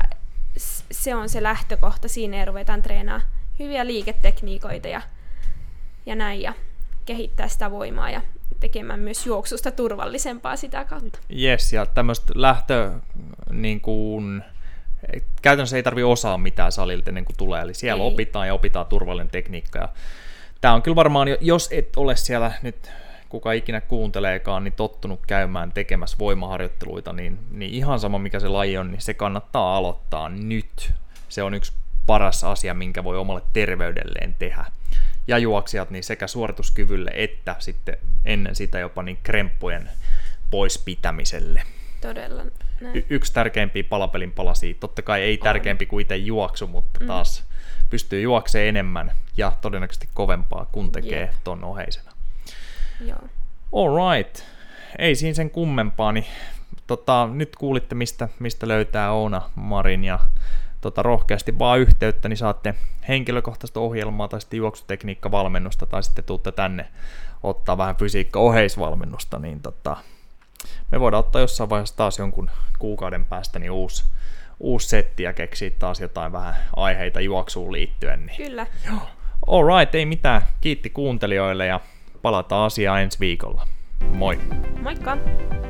se on se lähtökohta siinä, ja ruvetaan treenaamaan hyviä liiketekniikoita ja, ja näin, ja kehittää sitä voimaa ja tekemään myös juoksusta turvallisempaa sitä kautta.
Jes, ja tämmöistä lähtö, niin kuin, käytännössä ei tarvitse osaa mitään salilta ennen kuin tulee, eli siellä ei. opitaan ja opitaan turvallinen tekniikka. Ja tämä on kyllä varmaan, jos et ole siellä nyt, kuka ikinä kuunteleekaan, niin tottunut käymään tekemässä voimaharjoitteluita, niin, niin ihan sama mikä se laji on, niin se kannattaa aloittaa nyt. Se on yksi paras asia, minkä voi omalle terveydelleen tehdä. Ja juoksijat niin sekä suorituskyvylle että sitten ennen sitä jopa niin kremppujen pois pitämiselle.
Todella.
Y- yksi tärkeimpiä palapelin palasia. Totta kai ei tärkeämpi kuin itse juoksu, mutta taas mm. pystyy juoksemaan enemmän ja todennäköisesti kovempaa, kun tekee yep. ton oheisena.
Joo.
All right. Ei siinä sen kummempaa. Niin, tota, nyt kuulitte, mistä, mistä löytää Oona Marin ja tota, rohkeasti vaan yhteyttä, niin saatte henkilökohtaista ohjelmaa tai sitten juoksutekniikkavalmennusta tai sitten tuutte tänne ottaa vähän fysiikka-oheisvalmennusta, niin tota, me voidaan ottaa jossain vaiheessa taas jonkun kuukauden päästä niin uusi, uusi setti ja keksiä taas jotain vähän aiheita juoksuun liittyen. Niin.
Kyllä.
Joo. All right, ei mitään. Kiitti kuuntelijoille ja palataan asiaan ensi viikolla. Moi!
Moikka!